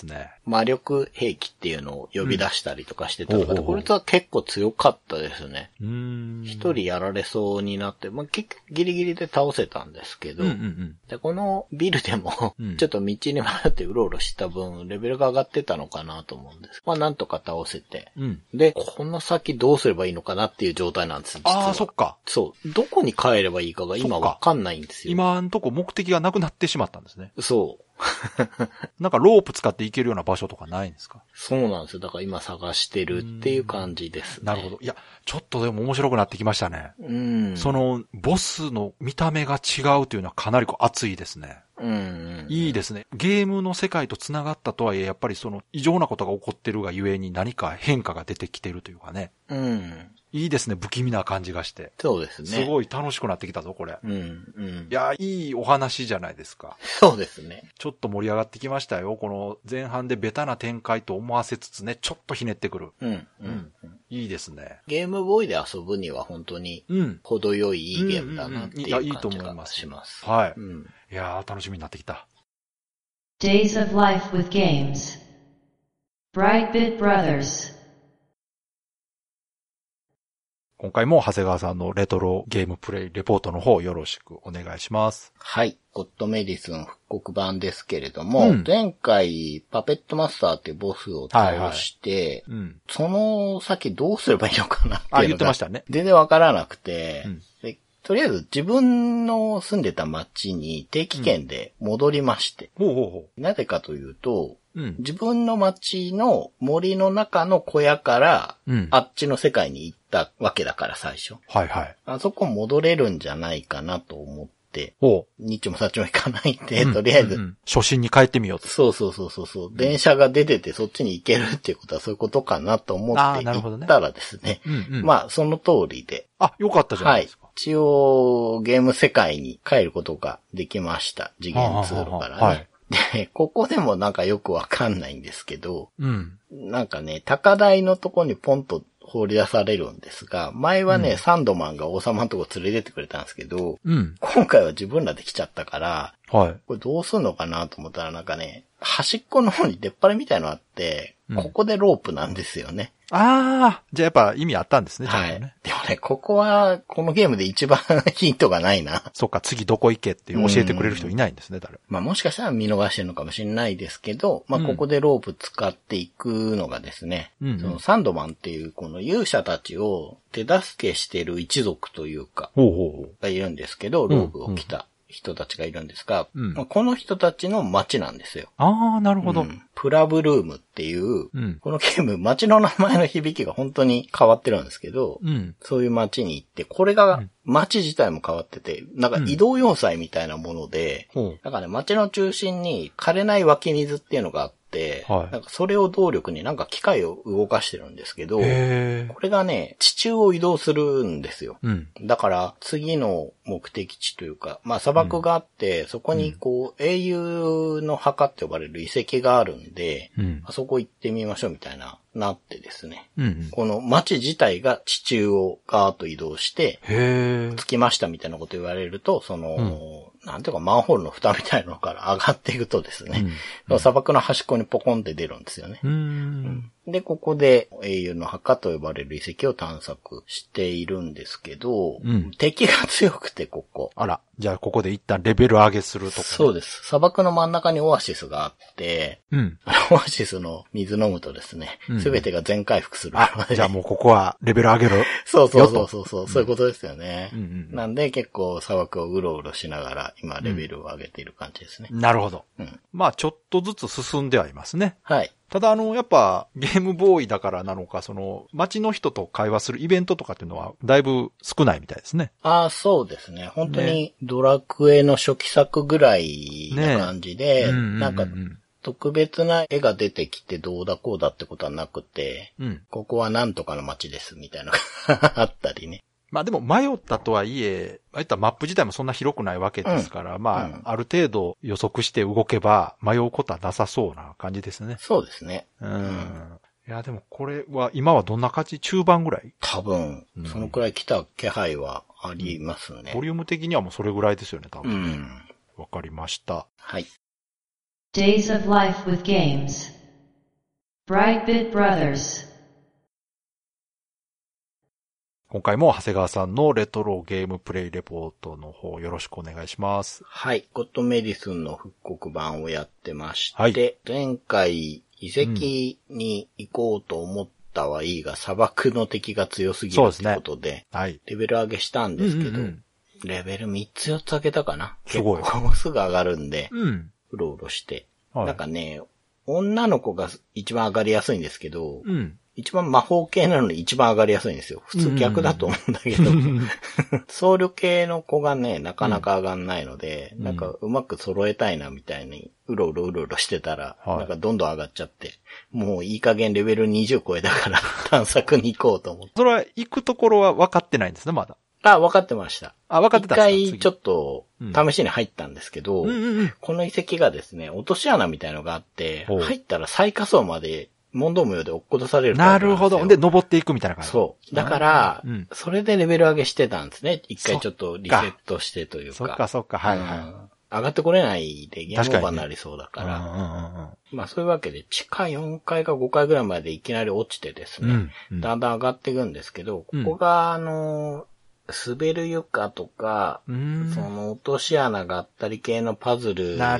魔力兵器っていうのを呼び出したりとかしてたので、これとは結構強かったですね。一人やられそうになって、まあ、結局ギリギリで倒せたんですけど、でこのビルでもちょっと道に迷ってうろうろした分、レベルが上がってたのかなと思うんです。まあなんとか倒せて、で、この先どうすればいいのかなっていう状態なんです、実は。 ああ、そっか。 そう。どこに帰ればいいかが今わかんないんですよ。 今んとこ目的がなくなってしまったんですね。 そう。 なんかロープ使って行けるような場所とかないんですか？ そうなんですよ。だから今探してるっていう感じですね。 なるほど。いや、ちょっとでも面白くなってきましたね。その、ボスの見た目が違うというのはかなり熱いですね。いいですね。ゲームの世界と繋がったとはいえ、やっぱりその異常なことが起こってるがゆえに何か変化が出てきてるというかね。いいですね。不気味な感じがして。 そうですね。 すごい楽しくなってきたぞ、これ。いや、いいお話じゃないですか。 そうですね。 ちょっと盛り上がってきましたよ。この前半でベタな展開と思わせつつね、ちょっとひねってくる。いいですね。 ゲームボーイで遊ぶには本当に、程よいいいゲームだなっていう感じがします。 はい。いやー、楽しみになってきた。 Days of Life with Games Brightbit Brothers。 今回も長谷川さんのレトロゲームプレイレポートの方よろしくお願いします。 はい。ゴッドメディスン復刻版ですけれども、前回パペットマスターっていうボスを倒して、その先どうすればいいのかなっていうのが言ってましたね。 全然わからなくて、とりあえず自分の住んでた町に定期券で戻りまして、なぜかというと、自分の町の森の中の小屋から、あっちの世界に行ったわけだから最初。あそこ戻れるんじゃないかなと思って、ニッチもサッチも行かないんで、とりあえず、 初心に帰ってみようと。 そう。電車が出ててそっちに行けるっていうことはそういうことかなと思って行ったらですね。まあ、その通りで。 あ、よかったじゃないですか。 一応、ゲーム世界に帰ることができました。次元通路からね。で、ここでもなんかよくわかんないんですけど、なんかね、高台のとこにポンと放り出されるんですが、前はね、サンドマンが王様のとこ連れてってくれたんですけど、今回は自分らで来ちゃったから、これどうすんのかなと思ったらなんかね、端っこの方に出っ張りみたいのあって、ここでロープなんですよね。 ああ、じゃあやっぱ意味あったんですね、ちゃんとね。 でもね、ここは、このゲームで一番ヒントがないな。 そっか、次どこ行けって教えてくれる人いないんですね、誰。 まあもしかしたら見逃してるのかもしれないですけど、まあここでロープ使っていくのがですね、そのサンドマンっていうこの勇者たちを手助けしてる一族というか、がいるんですけど、ロープを着た人たちがいるんですが、この人たちの街なんですよ。 ああ、なるほど。 プラブルームっていう、このゲーム、街の名前の響きが本当に変わってるんですけど、そういう街に行って、これが街自体も変わってて、なんか移動要塞みたいなもので、なんかね、街の中心に枯れない湧き水っていうのがあって、なんかそれを動力になんか機械を動かしてるんですけど、これがね、地中を移動するんですよ。だから次の目的地というか、まあ砂漠があって、そこにこう英雄の墓って呼ばれる遺跡があるんで、あそこ行ってみましょうみたいな、なってですね。この街自体が地中をガーッと移動して、着きましたみたいなこと言われると、その、なんていうかマンホールの蓋みたいなのから上がっていくとですね、砂漠の端っこにポコンって出るんですよね。で、ここで英雄の墓と呼ばれる遺跡を探索しているんですけど、敵が強くてここ。 あら、じゃあここで一旦レベル上げするとこ、ね。 そうです。砂漠の真ん中にオアシスがあって、オアシスの水飲むとですね、すべてが全回復する。 じゃあもうここはレベル上げるそういうことですよね。なんで結構砂漠をうろうろしながら今レベルを上げている感じですね。 なるほど。まあちょっとずつ進んではいますね。 はい。 ただやっぱゲームボーイだからなのか、その街の人と会話するイベントとかっていうのはだいぶ少ないみたいですね。 ああ、そうですね。本当にドラクエの初期作ぐらいな感じで、なんか特別な絵が出てきてどうだこうだってことはなくて、ここはなんとかの街ですみたいなのがあったりね。 まあでも迷ったとはいえ、ああいったマップ自体もそんな広くないわけですから、まあ、ある程度予測して動けば迷うことはなさそうな感じですね。 そうですね。 いやでもこれは今はどんな感じ？中盤ぐらい？ 多分、そのくらい来た気配はありますね。 ボリューム的にはもうそれぐらいですよね、多分ね。わかりました。 はい。 Days of Life with Games Brightbit Brothers。 今回も長谷川さんのレトロゲームプレイレポートの方よろしくお願いします。 はい。ゴッドメディスンの復刻版をやってまして、 はい、 前回遺跡に行こうと思ったはいいが、砂漠の敵が強すぎるということで、 はい、 レベル上げしたんですけど、レベル3つ4つ上げたかな。 すごい。 結構すぐ上がるんで、うろうろして、なんかね、女の子が一番上がりやすいんですけど、一番魔法系なのに一番上がりやすいんですよ。普通逆だと思うんだけど。僧侶系の子がね、なかなか上がんないので、なんかうまく揃えたいなみたいに、うろうろしてたら、なんかどんどん上がっちゃって、もういい加減レベル20超えだから探索に行こうと思って。 それは行くところは分かってないんですね、まだ。 分かってました。 分かってたんですか？ 一回ちょっと試しに入ったんですけど、この遺跡がですね、落とし穴みたいのがあって、入ったら最下層まで問答無用で落っことされるからなるほど。で、登っていくみたいな感じ。 そう。だから、それでレベル上げしてたんですね。一回ちょっとリセットしてというか。 そっか、はい。 上がってこれないでゲームオーバーになりそうだから。まあそういうわけで、地下4階か5階ぐらいまでいきなり落ちてですね、だんだん上がっていくんですけど、ここが滑る床とか、その落とし穴があったり系のパズルが、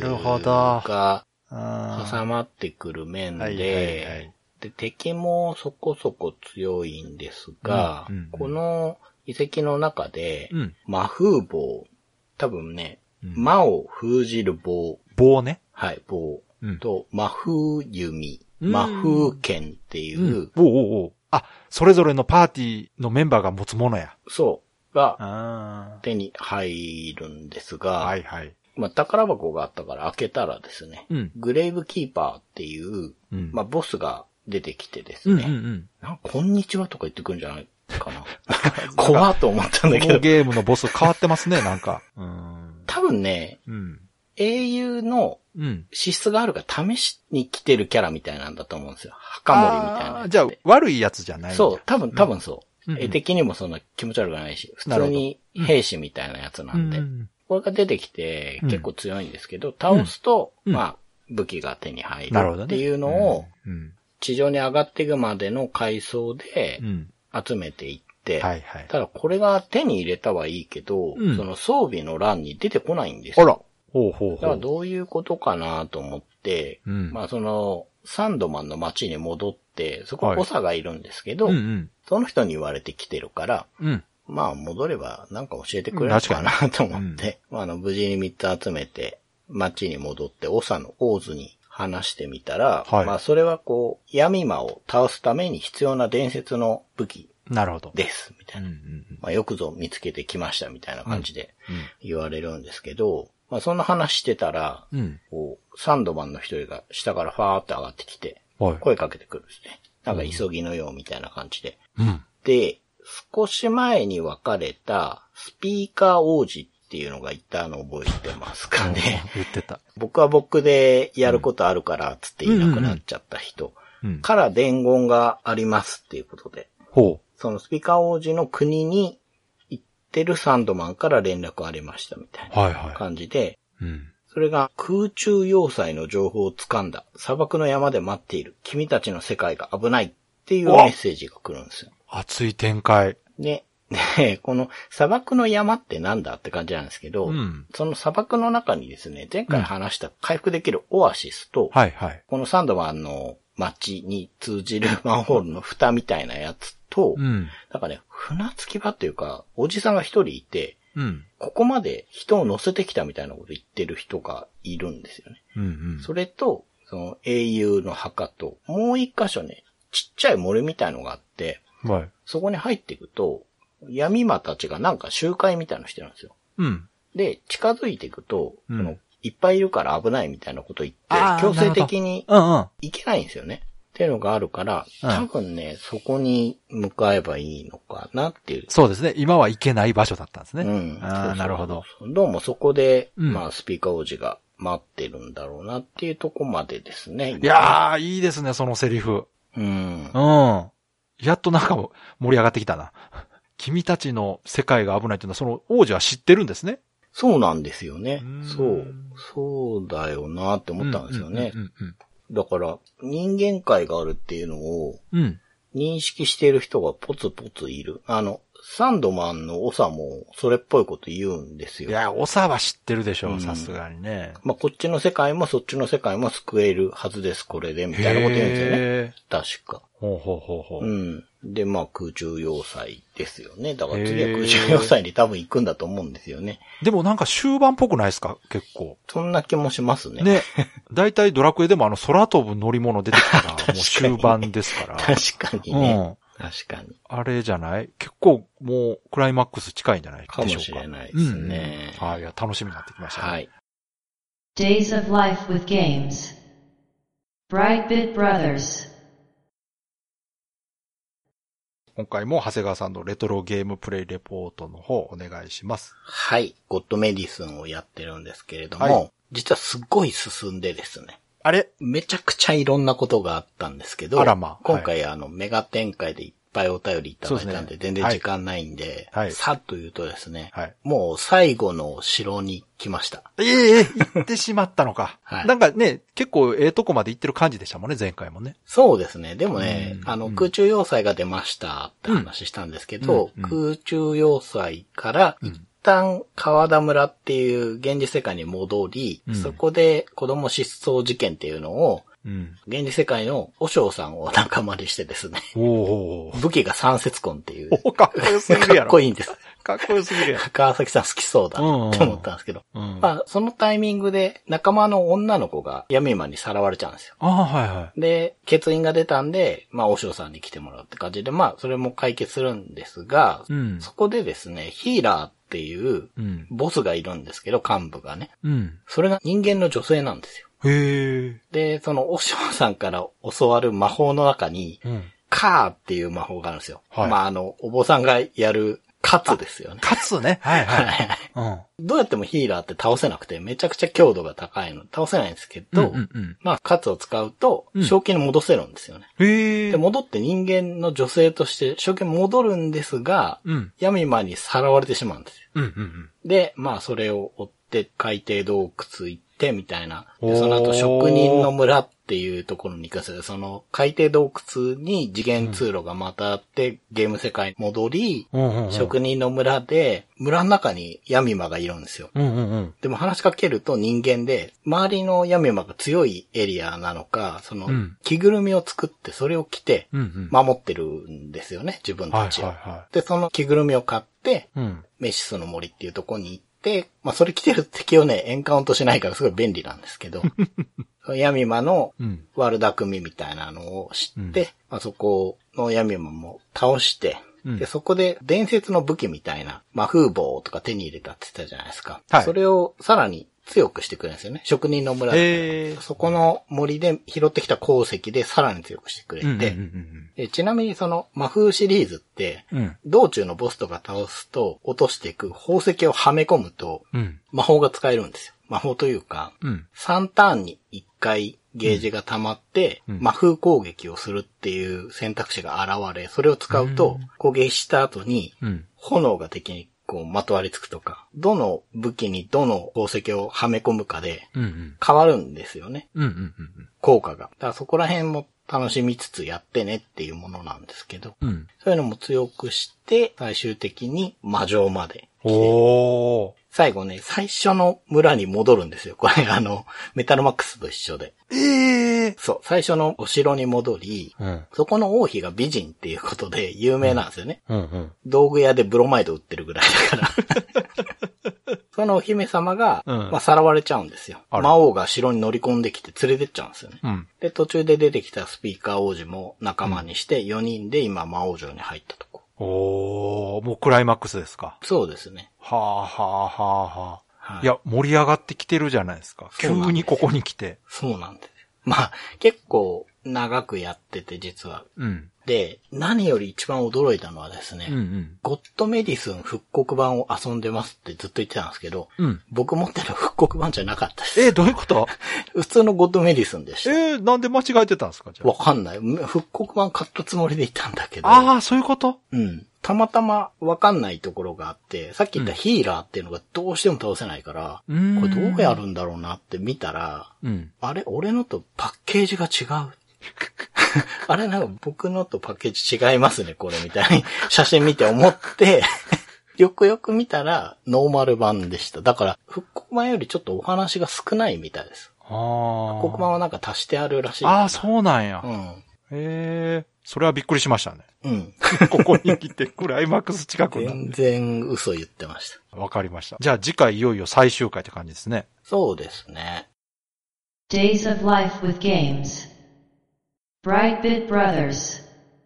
挟まってくる面で、で、敵もそこそこ強いんですが、この遺跡の中で、魔風棒、多分ね、魔を封じる棒。 棒ね。 はい、棒。と、魔風弓、魔風剣っていう、 それぞれのパーティーのメンバーが持つものや。 そう。が、手に入るんですが、まあ、宝箱があったから開けたらですね、グレイブキーパーっていう、まあ、ボスが出てきてですね、こんにちはとか言ってくるんじゃないかな。怖っと思ったんだけど。 このゲームのボス変わってますね、なんか。 多分ね、英雄の資質があるから試しに来てるキャラみたいなんだと思うんですよ。墓守みたいな。 じゃあ、悪いやつじゃないそう、多分そう。絵的にもそんな気持ち悪くないし、普通に兵士みたいなやつなんで。これが出てきて結構強いんですけど、倒すと、まあ、武器が手に入るっていうのを、地上に上がっていくまでの階層で集めていって、ただこれが手に入れたはいいけど、その装備の欄に出てこないんですよ。だからどういうことかなと思って、まあその、サンドマンの街に戻って、そこ長がいるんですけど、その人に言われてきてるから、まあ戻ればなんか教えてくれるかなと思って、まあ無事に3つ集めて、街に戻って長のオーズに話してみたら、まあそれはこう、闇魔を倒すために必要な伝説の武器です、みたいな。まあよくぞ見つけてきましたみたいな感じで言われるんですけど、まあそんな話してたら、こうサンドマンの一人が下からファーって上がってきて、声かけてくるんですね。なんか急ぎのようみたいな感じで。で、少し前に別れたスピーカー王子っていうのがいたの覚えてますかね。 言ってた。 僕は僕でやることあるからつっていなくなっちゃった人から伝言がありますっていうことで。そのスピーカー王子の国に行ってるサンドマンから連絡ありましたみたいな感じで、それが空中要塞の情報を掴んだ。砂漠の山で待っている。君たちの世界が危ないっていうメッセージが来るんですよ。 熱い展開。 で、この砂漠の山ってなんだって感じなんですけど、その砂漠の中にですね、前回話した回復できるオアシスと、このサンドマンの街に通じるマンホールの蓋みたいなやつと、なんかね、船着き場っていうか、おじさんが一人いて、ここまで人を乗せてきたみたいなこと言ってる人がいるんですよね。それと、その英雄の墓と、もう一箇所ね、ちっちゃい森みたいのがあって、そこに入っていくと、闇魔たちがなんか集会みたいなのしてるんですよ。で、近づいていくと、いっぱいいるから危ないみたいなこと言って、強制的に行けないんですよね。っていうのがあるから、多分ね、そこに向かえばいいのかなっていう。 そうですね。今は行けない場所だったんですね。なるほど。 どうもそこで、まあ、スピーカー王子が待ってるんだろうなっていうとこまでですね。 いやー、いいですね、そのセリフ。やっとなんか盛り上がってきたな。君たちの世界が危ないっていうのは、その王子は知ってるんですね。 そうなんですよね。そうだよなって思ったんですよね。 だから、人間界があるっていうのを、認識している人がポツポツいる。サンドマンの長もそれっぽいこと言うんですよ。 いや、長は知ってるでしょう、さすがにね。 まあ、こっちの世界もそっちの世界も救えるはずです、これで、みたいなこと言うんですよね。確か。 ほう。 で、まあ、空中要塞ですよね。だから次は空中要塞に多分行くんだと思うんですよね。 でもなんか終盤っぽくないですか、結構。 そんな気もしますね。 ね。だいたいドラクエでも空飛ぶ乗り物出てきたら、もう終盤ですから。 確かにね。確かに。 あれじゃない結構もうクライマックス近いんじゃないでしょうか。 かもしれないですね。 はい。楽しみになってきましたね。はい。 Days of Life with Games Brightbit Brothers 今回も長谷川さんのレトロゲームプレイレポートの方お願いします。 はい。ゴッドメディスンをやってるんですけれども、実はすっごい進んでですね。 あれめちゃくちゃいろんなことがあったんですけど、今回メガ展開でいっぱいお便りいただいたんで、全然時間ないんで、さっと言うとですね、もう最後の城に来ました。 行ってしまったのか。なんかね、結構とこまで行ってる感じでしたもんね、前回もね。 そうですね。でもね、空中要塞が出ましたって話したんですけど、空中要塞から一旦川田村っていう現実世界に戻り、そこで子供失踪事件っていうのを、現実世界の和尚さんを仲間にしてですね。武器が三節棍っていう。 かっこよすぎるやろ。 かっこいいんです。 かっこよすぎるやろ。 川崎さん好きそうだって思ったんですけど。まあ、そのタイミングで仲間の女の子が闇魔にさらわれちゃうんですよ。で、欠員が出たんで、まあ、和尚さんに来てもらうって感じで、まあ、それも解決するんですが、そこでですね、ヒーラーっていうボスがいるんですけど、幹部がね。それが人間の女性なんですよ。で、その和尚さんから教わる魔法の中に、カーっていう魔法があるんですよ。まあ、お坊さんがやるカツですよね。 カツね。 どうやってもヒーラーって倒せなくて、めちゃくちゃ強度が高いの。倒せないんですけど、まあ、カツを使うと、正気に戻せるんですよね。で、戻って人間の女性として正気に戻るんですが、闇魔にさらわれてしまうんですよ。で、まあ、それを追って海底洞窟行って、みたいな。で、その後職人の村っていうところに行くんですよ。その海底洞窟に次元通路がまたあって、ゲーム世界に戻り、職人の村で、村の中に闇魔がいるんですよ。でも話しかけると人間で、周りの闇魔が強いエリアなのか、その、着ぐるみを作ってそれを着て、守ってるんですよね、自分たちを。で、その着ぐるみを買って、メシスの森っていうところに行って、まあ、それ着てる敵をね、エンカウントしないからすごい便利なんですけど、闇魔の悪巧みみたいなのを知って、まあ、そこの闇魔も倒して、で、そこで伝説の武器みたいな魔風棒とか手に入れたって言ったじゃないですか。それをさらに強くしてくれるんですよね。職人の村で。そこの森で拾ってきた鉱石でさらに強くしてくれて。でちなみにその魔風シリーズって、道中のボスとか倒すと落としていく宝石をはめ込むと、魔法が使えるんですよ。魔法というか、3ターンに1回ゲージが溜まって、魔風攻撃をするっていう選択肢が現れ、それを使うと、攻撃した後に、炎が敵にこうまとわりつくとか、どの武器にどの宝石をはめ込むかで変わるんですよね。効果が。だからそこら辺も楽しみつつやってねっていうものなんですけど、そういうのも強くして、最終的に魔城まで来て。最後ね、最初の村に戻るんですよ。これメタルマックスと一緒で。そう、最初のお城に戻り、そこの王妃が美人っていうことで有名なんですよね。道具屋でブロマイド売ってるぐらいだから。そのお姫様が、まあ、さらわれちゃうんですよ。魔王が城に乗り込んできて連れてっちゃうんですよね。で、途中で出てきたスピーカー王子も仲間にして4人で今魔王城に入ったとこ。 もうクライマックスですか。 そうですね。 いや、盛り上がってきてるじゃないですか。急にここに来て。 そうなんです。まあ、結構長くやってて実は。 で、何より一番驚いたのはですね、ゴッドメディスン復刻版を遊んでますってずっと言ってたんですけど、僕持ってる復刻版じゃなかったです。 どういうこと？ 普通のゴッドメディスンでした。 なんで間違えてたんですか？じゃあ。 わかんない。復刻版買ったつもりでいたんだけど。 ああ、そういうこと？ たまたまわかんないところがあって、さっき言ったヒーラーっていうのがどうしても倒せないから、これどうやるんだろうなって見たら、あれ俺のとパッケージが違う。あれなんか僕のとパッケージ違いますね、これみたいに写真見て思って、よくよく見たらノーマル版でした。だから復刻版よりちょっとお話が少ないみたいです。復刻版はなんか足してあるらしい。 ああ、そうなんや。それはびっくりしましたね。ここに来てクライマックス近くなって。 全然嘘言ってました。 わかりました。じゃあ次回いよいよ最終回って感じですね。 そうですね。 Days of Life with Games Brightbit Brothers。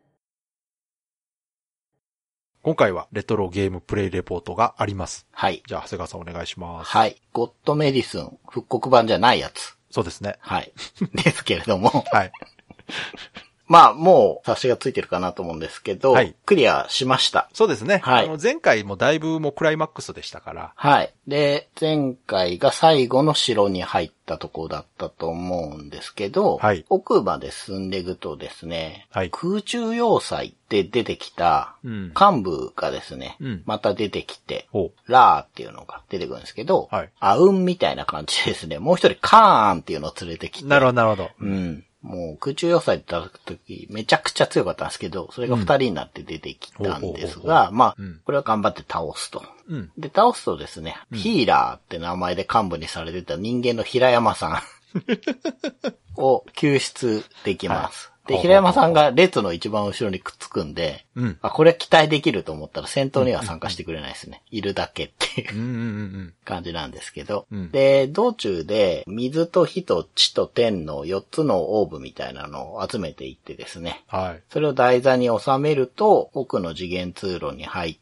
今回はレトロゲームプレイレポートがあります。 はい。 じゃあ長谷川さんお願いします。 はい。ゴッドメディスン復刻版じゃないやつ。 そうですね。 はい。ですけれども。 はい。 まあ、もう、察しがついてるかなと思うんですけど、クリアしました。 そうですね。 はい。 前回もだいぶもうクライマックスでしたから。 はい。で、前回が最後の城に入ったところだったと思うんですけど、奥まで進んでいくとですね、空中要塞って出てきた幹部がですね、また出てきて、ラーっていうのが出てくるんですけど、アウンみたいな感じですね。もう一人カーンっていうのを連れてきて。 なるほど、なるほど。 もう空中要塞って叩くときめちゃくちゃ強かったんですけど、それが二人になって出てきたんですが、まあ、これは頑張って倒すと。で、倒すとですね、ヒーラーって名前で幹部にされてた人間の平山さんを救出できます。で、平山さんが列の一番後ろにくっつくんで、これは期待できると思ったら戦闘には参加してくれないですね。いるだけっていう感じなんですけど。で、道中で水と火と地と天の4つのオーブみたいなのを集めていってですね。それを台座に収めると奥の次元通路に入って、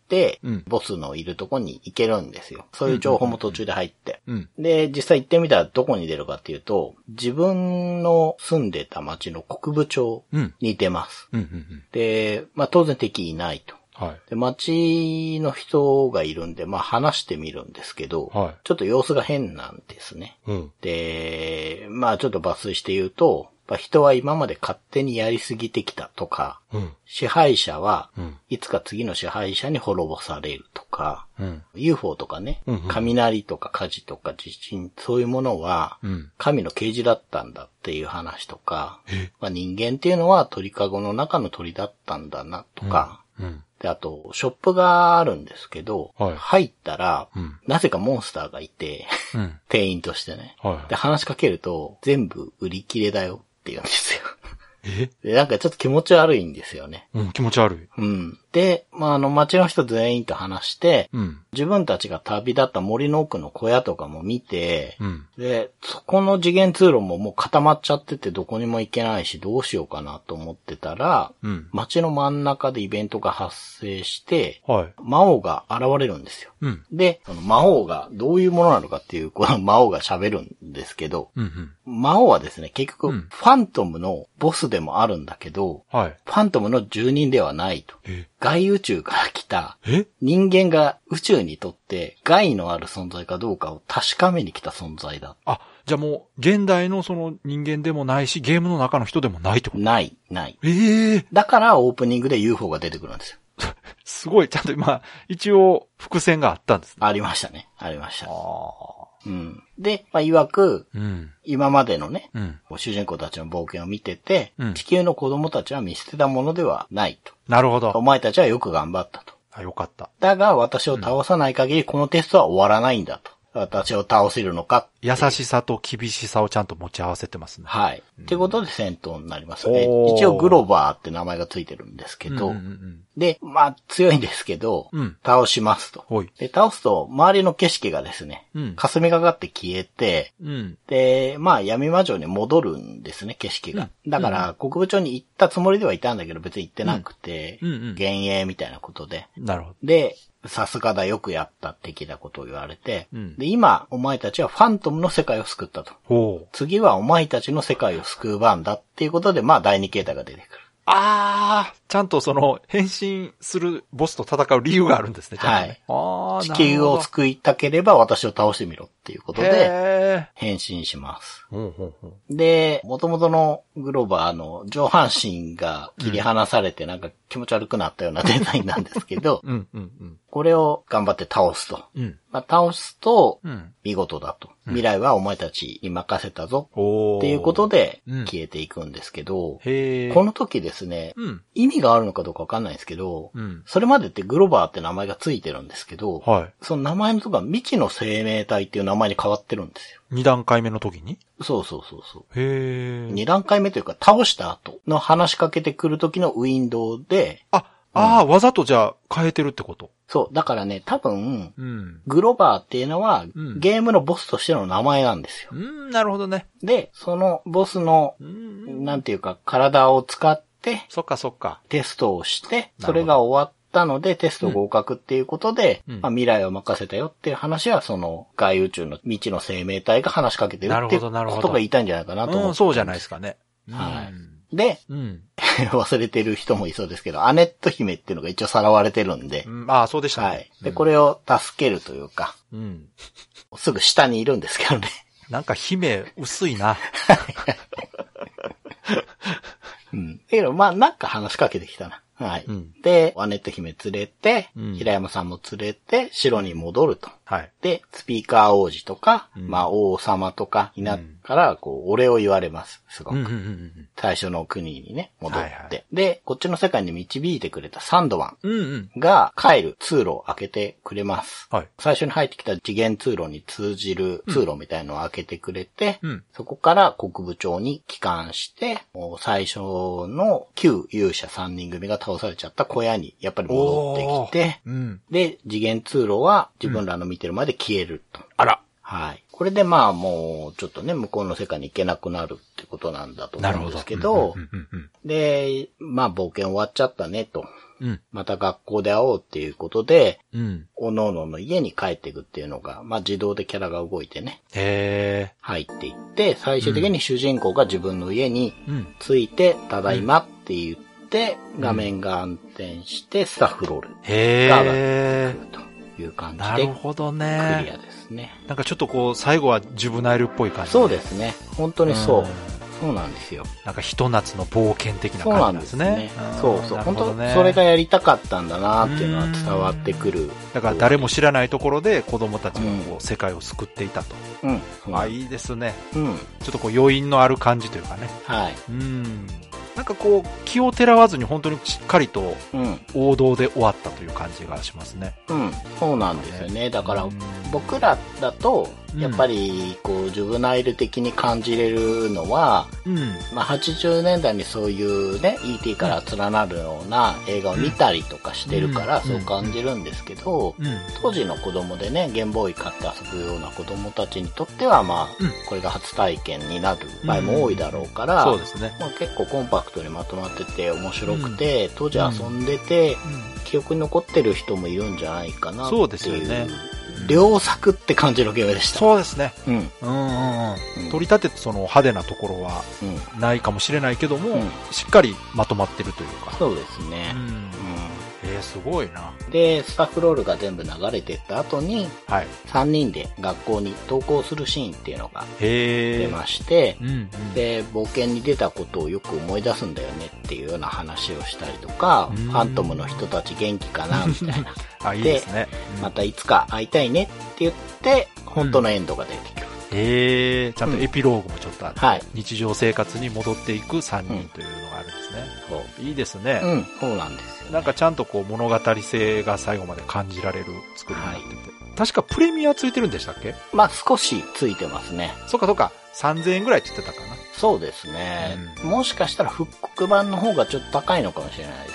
ボスのいるとこに行けるんですよ。そういう情報も途中で入って。で、実際行ってみたらどこに出るかっていうと、自分の住んでた町の国部町に出ます。で、まあ当然敵いないと。で、町の人がいるんで、まあ話してみるんですけど、ちょっと様子が変なんですね。で、まあちょっと抜粋して言うと、人は今まで勝手にやりすぎてきたとか、支配者はいつか次の支配者に滅ぼされるとか、UFO とかね、雷とか火事とか地震、そういうものは神の啓示だったんだっていう話とか、人間っていうのは鳥かごの中の鳥だったんだなとか、で、あと、ショップがあるんですけど、入ったら、なぜかモンスターがいて、店員としてね。で、話しかけると、全部売り切れだよって言うんですよ。で、なんかちょっと気持ち悪いんですよね。 気持ち悪い。 で、まあ、町の人全員と話して、自分たちが旅立った森の奥の小屋とかも見て、で、そこの次元通路ももう固まっちゃっててどこにも行けないしどうしようかなと思ってたら、町の真ん中でイベントが発生して、魔王が現れるんですよ。で、その魔王がどういうものなのかっていう、この魔王が喋るんですけど、魔王はですね、結局、ファントムのボスでもあるんだけど、ファントムの住人ではないと。外宇宙から来た人間が宇宙にとって害のある存在かどうかを確かめに来た存在だ。 あ、じゃあもう現代のその人間でもないしゲームの中の人でもないってこと？ ない。だからオープニングで UFO が出てくるんですよ。 すごい、ちゃんと今一応伏線があったんですね。 ありましたね。ありました。で、まあ、曰く、今までのね、主人公たちの冒険を見てて、地球の子供たちは見捨てたものではないと。 なるほど。 お前たちはよく頑張ったと。 あ、よかった。 だが私を倒さない限りこのテストは終わらないんだと。私を倒せるのか。 優しさと厳しさをちゃんと持ち合わせてますね。 はい。ってことで戦闘になりますね。一応グローバーって名前がついてるんですけど、で、まあ強いんですけど、倒しますと。で、倒すと周りの景色がですね、霞がかって消えて、で、まあ闇魔女に戻るんですね、景色が。だから国部町に行ったつもりではいたんだけど別に行ってなくて、幻影みたいなことで。 なるほど。 で、さすがだよくやった的なことを言われて、で、今お前たちはファントムの世界を救ったと。次はお前たちの世界を救う番だっていうことで、まあ第二形態が出てくる。 ちゃんとその変身するボスと戦う理由があるんですね、ちゃんとね。 はい。地球を救いたければ私を倒してみろっていうことで、変身します。で、元々のグローバーの上半身が切り離されてなんか気持ち悪くなったようなデザインなんですけど、これを頑張って倒すと。倒すと、見事だと。未来はお前たちに任せたぞ。っていうことで消えていくんですけど、この時ですね、意味があるのかどうかわかんないんですけど、それまでってグローバーって名前がついてるんですけど、その名前のとこが未知の生命体っていう名前に変わってるんですよ。 2段階目の時に？ そう。2段階目というか倒した後の話しかけてくる時のウィンドウで、 わざとじゃあ変えてるってこと？ そう。だからね、多分、グローバーっていうのは、ゲームのボスとしての名前なんですよ。 なるほどね。 で、そのボスの、なんていうか、体を使って、 そっか。 テストをして、それが終わったので、テスト合格っていうことで、未来を任せたよっていう話は、その、外宇宙の未知の生命体が話しかけてるっていうことが言いたいんじゃないかなと思って。 そうじゃないですかね。 はい。で、忘れてる人もいそうですけど、アネット姫っていうのが一応さらわれてるんで。 そうでしたね。 はい。で、これを助けるというか、すぐ下にいるんですけどね。 なんか姫薄いな。 だけど、なんか話しかけてきたな。はい。で、アネット姫連れて、平山さんも連れて、城に戻ると。 はい。 で、スピーカー王子とか、王様とかになったら、お礼を言われます。すごく。最初の国にね、戻って。で、こっちの世界に導いてくれたサンドマンが帰る通路を開けてくれます。はい。最初に入ってきた次元通路に通じる通路みたいのを開けてくれて、そこから国部長に帰還して、最初の旧勇者3人組が倒されちゃった小屋にやっぱり戻ってきて、で、次元通路は自分らの見てる前で消えると。 あら。 はい。これでもうちょっとね、向こうの世界に行けなくなるってことなんだと思うんですけど、で、冒険終わっちゃったねと。また学校で会おうっていうことで、おのおのの家に帰っていくっていうのが、自動でキャラが動いてね。入っていって、最終的に主人公が自分の家に着いて、ただいまって言って、画面が暗転して、スタッフロールが上がってくるという感じで。なるほどね。 クリアですね。 なんかちょっと最後はジュブナイルっぽい感じ。 そうですね。本当にそう。そうなんですよ。 なんかひと夏の冒険的な感じなんですね。 そう。本当それがやりたかったんだなっていうのは伝わってくる。 だから誰も知らないところで子供たちが世界を救っていたと。いいですね。ちょっと余韻のある感じというかね。 はい。 なんか気をてらわずに本当にしっかりと王道で終わったという感じがしますね。 そうなんですよね。だから僕らだと、やっぱりジュブナイル的に感じれるのは、80年代にそういうね E.T. から連なるような映画を見たりとかしてるからそう感じるんですけど、当時の子供でねゲームボーイ買って遊ぶような子供たちにとってはこれが初体験になる場合も多いだろうから、 そうですね。 結構コンパクトにまとまってて面白くて、当時遊んでて、記憶に残ってる人もいるんじゃないかなっていう。 そうですよね。 良作って感じのゲームでした。 そうですね。取り立て派手なところはないかもしれないけども、しっかりまとまってるというか。 そうですね。 すごいな。 で、スタッフロールが全部流れてった後に、3人で学校に登校するシーンっていうのが出まして、で、冒険に出たことをよく思い出すんだよねっていうような話をしたりとか、ファントムの人たち元気かなみたいな。 いいですね。 またいつか会いたいねって言って、本当のエンドが出てくる。 ちゃんとエピローグもちょっとあって、日常生活に戻っていく3人というのがあるんですね。いいですね。 そうなんですよ。 なんかちゃんと物語性が最後まで感じられる作りになってて。確かプレミアついてるんでしたっけ？ 少しついてますね。 そうか。3000円ぐらいって言ってたかな。 そうですね。もしかしたら復刻版の方がちょっと高いのかもしれないです。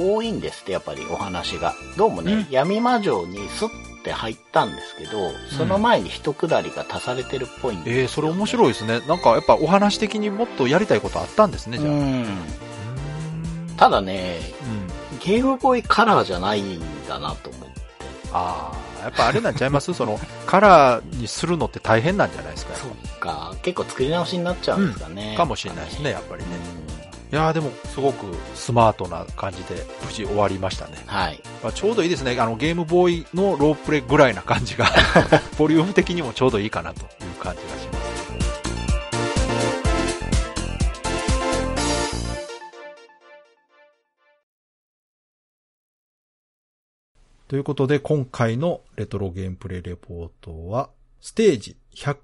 多いんですって、やっぱりお話が。どうもね、闇魔女にスッて入ったんですけど、その前に一くだりが足されてるっぽいんですよね。 それ面白いですね。なんかやっぱお話的にもっとやりたいことあったんですね、じゃあ。ただね、ゲームボーイカラーじゃないんだなと思って。 やっぱあれなんちゃいますカラーにするのって大変なんじゃないですか。 そうか。結構作り直しになっちゃうんですかね。 かもしれないですね、やっぱりね。 いやーでも、すごくスマートな感じで、無事終わりましたね。 はい。 まあ、ちょうどいいですね。ゲームボーイのロープレぐらいな感じが、ボリューム的にもちょうどいいかなという感じがします。ということで、今回のレトロゲームプレイレポートは、ステージ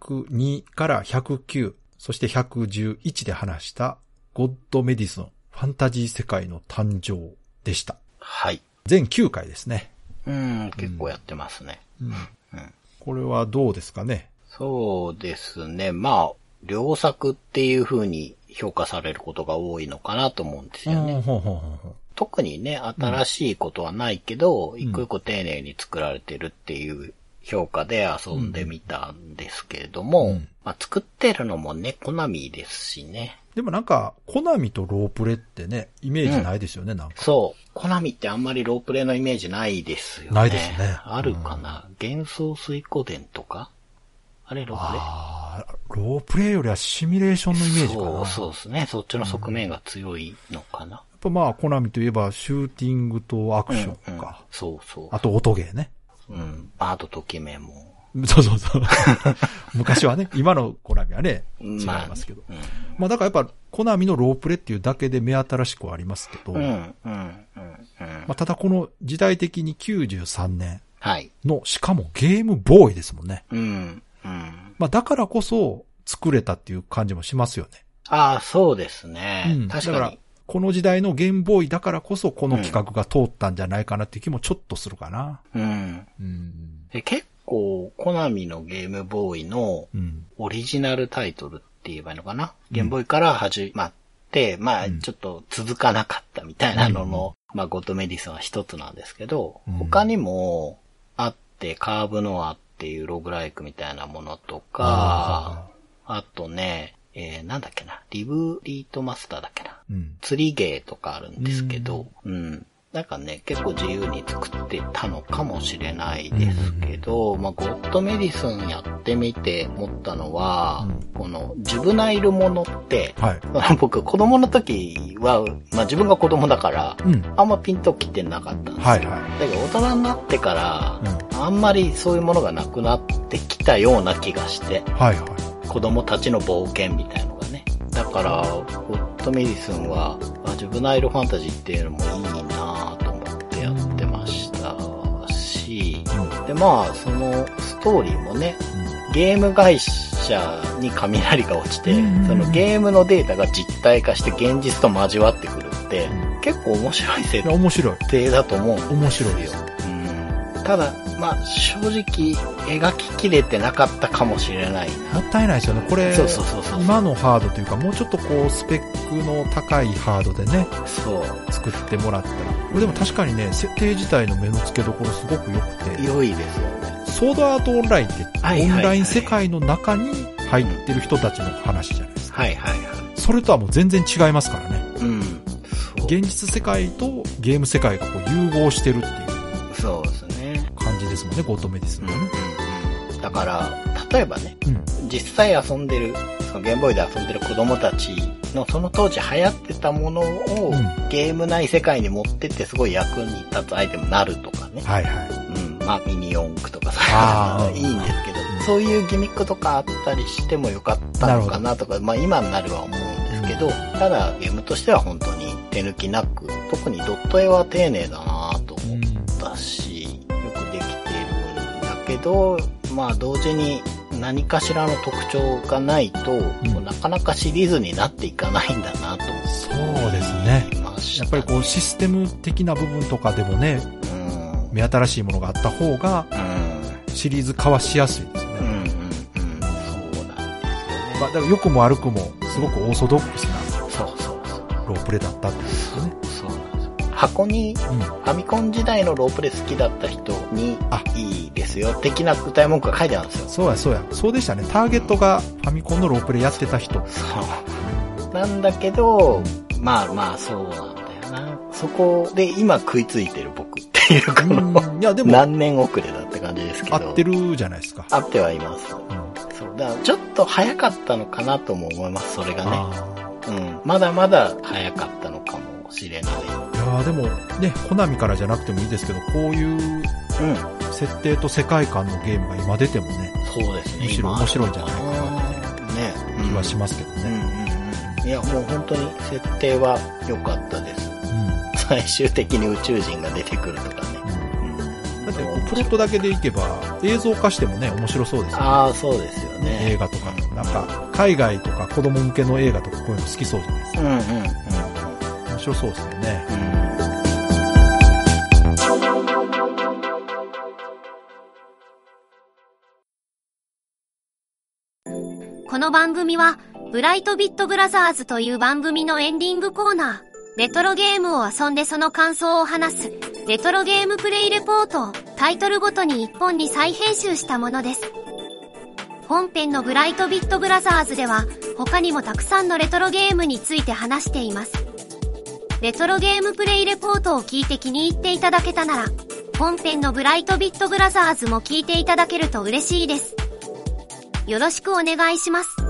102から109、そして111で話したゴッドメディスのファンタジー世界の誕生でした。 はい。 全9回ですね。 結構やってますね。 これはどうですかね。 そうですね。まあ、良作っていう風に評価されることが多いのかなと思うんですよね。特にね、新しいことはないけど、一個一個丁寧に作られてるっていう評価で遊んでみたんですけれども、まあ、作ってるのもね、コナミですしね。 でもなんか、コナミとロープレってね、イメージないですよね、なんか。 そう。コナミってあんまりロープレのイメージないですよね。 ないですね。 あるかな。幻想水湖伝とかあれロープレ？ ロープレイよりはシミュレーションのイメージかな。 そうですね。そっちの側面が強いのかな。 やっぱまあ、コナミといえば、シューティングとアクションか。 そうそう。 あと、音ゲーね。 あと、ときめも。 そう。昔はね、今のコナミはね、違いますけど。まあ、だからやっぱ、コナミのロープレっていうだけで目新しくはありますけど。まあ、ただこの時代的に93年の、しかもゲームボーイですもんね。まあ、だからこそ作れたっていう感じもしますよね。 ああ、そうですね。確かに。 だから、この時代のゲームボーイだからこそこの企画が通ったんじゃないかなっていう気もちょっとするかな。 結構、コナミのゲームボーイのオリジナルタイトルって言えばいいのかな。ゲームボーイから始まって、まあ、ちょっと続かなかったみたいなのの、まあ、ゴッドメディスンは一つなんですけど、他にもあって、カーブノアっていうログライクみたいなものとか、あとね、なんだっけな、リブリートマスターだっけな、釣りゲーとかあるんですけど、なんかね、結構自由に作ってたのかもしれないですけど、まあ、ゴッドメディスンやってみて思ったのは、このジュブナイルものって、僕子供の時は、まあ、自分が子供だから、あんまピンときてなかったんですよ。だけど大人になってから、あんまりそういうものがなくなってきたような気がして、子供たちの冒険みたいなのがね。だから、ゴッドメディスンは、ジュブナイルファンタジーっていうのもいいなぁと思ってやってましたし、で、まあ、そのストーリーもね、ゲーム会社に雷が落ちて、そのゲームのデータが実体化して現実と交わってくるって、結構面白い設定だと思うんですよ。面白いです。ただ、まあ、正直、描ききれてなかったかもしれないな。 もったいないですよね。これ、今のハードというか、もうちょっとこう、スペックの高いハードでね、作ってもらったら。これでも確かにね、設定自体の目の付けどころすごく良くて。 良いですよね。 ソードアートオンラインって、オンライン世界の中に入ってる人たちの話じゃないですか。それとはもう全然違いますからね。現実世界とゲーム世界がこう融合してるっていう。 そうですね。 感じですもんね、ゴッドメディスンのね。 だから、例えばね、実際遊んでる、そのゲームボーイで遊んでる子供たちのその当時流行ってたものを、ゲーム内世界に持ってってすごい役に立つアイテムになるとかね。まあミニ四駆とかそういうのいいんですけど、そういうギミックとかあったりしてもよかったのかなとか、まあ今になるは思うんですけど、ただゲームとしては本当に手抜きなく、特にドット絵は丁寧だなと思ったし、よくできているんだけど、まあ同時に何かしらの特徴がないと、なかなかシリーズになっていかないんだなと。 そうですね。やっぱりこうシステム的な部分とかでもね、目新しいものがあった方が、シリーズ化はしやすいですよね。 そうなんですよね。 まあ、だから良くも悪くもすごくオーソドックスなロープレだったってことですよね。 そうなんですよ。箱に、ファミコン時代のロープレ好きだった人にいいですよ的な歌い文句が書いてあるんですよ。 そうや。そうでしたね。ターゲットがファミコンのロープレやってた人。 なんだけど、まあそうなんだよな。そこで今食いついてる僕っていうかいやでも何年遅れだって感じですけど。 合ってるじゃないですか。 合ってはいます。そうだからちょっと早かったのかなとも思います。それがね。 まだまだ早かったのかもしれない。いやでもね、コナミからじゃなくてもいいですけど、こういう設定と世界観のゲームが今出てもね、 そうですね。 むしろ面白いんじゃないかなって気はしますけどね。 いや、もう本当に設定は良かったです。最終的に宇宙人が出てくるとかね。 だってプロットだけでいけば映像化してもね、面白そうですよね。 ああ、そうですよね。 映画とか、なんか海外とか子供向けの映画とかこういうの好きそうじゃないですか。面白そうですよね。 この番組はブライトビットブラザーズという番組のエンディングコーナー。レトロゲームを遊んでその感想を話すレトロゲームプレイレポートをタイトルごとに1本に再編集したものです。本編のブライトビットブラザーズでは他にもたくさんのレトロゲームについて話しています。レトロゲームプレイレポートを聞いて気に入っていただけたなら、本編のブライトビットブラザーズも聞いていただけると嬉しいです。よろしくお願いします。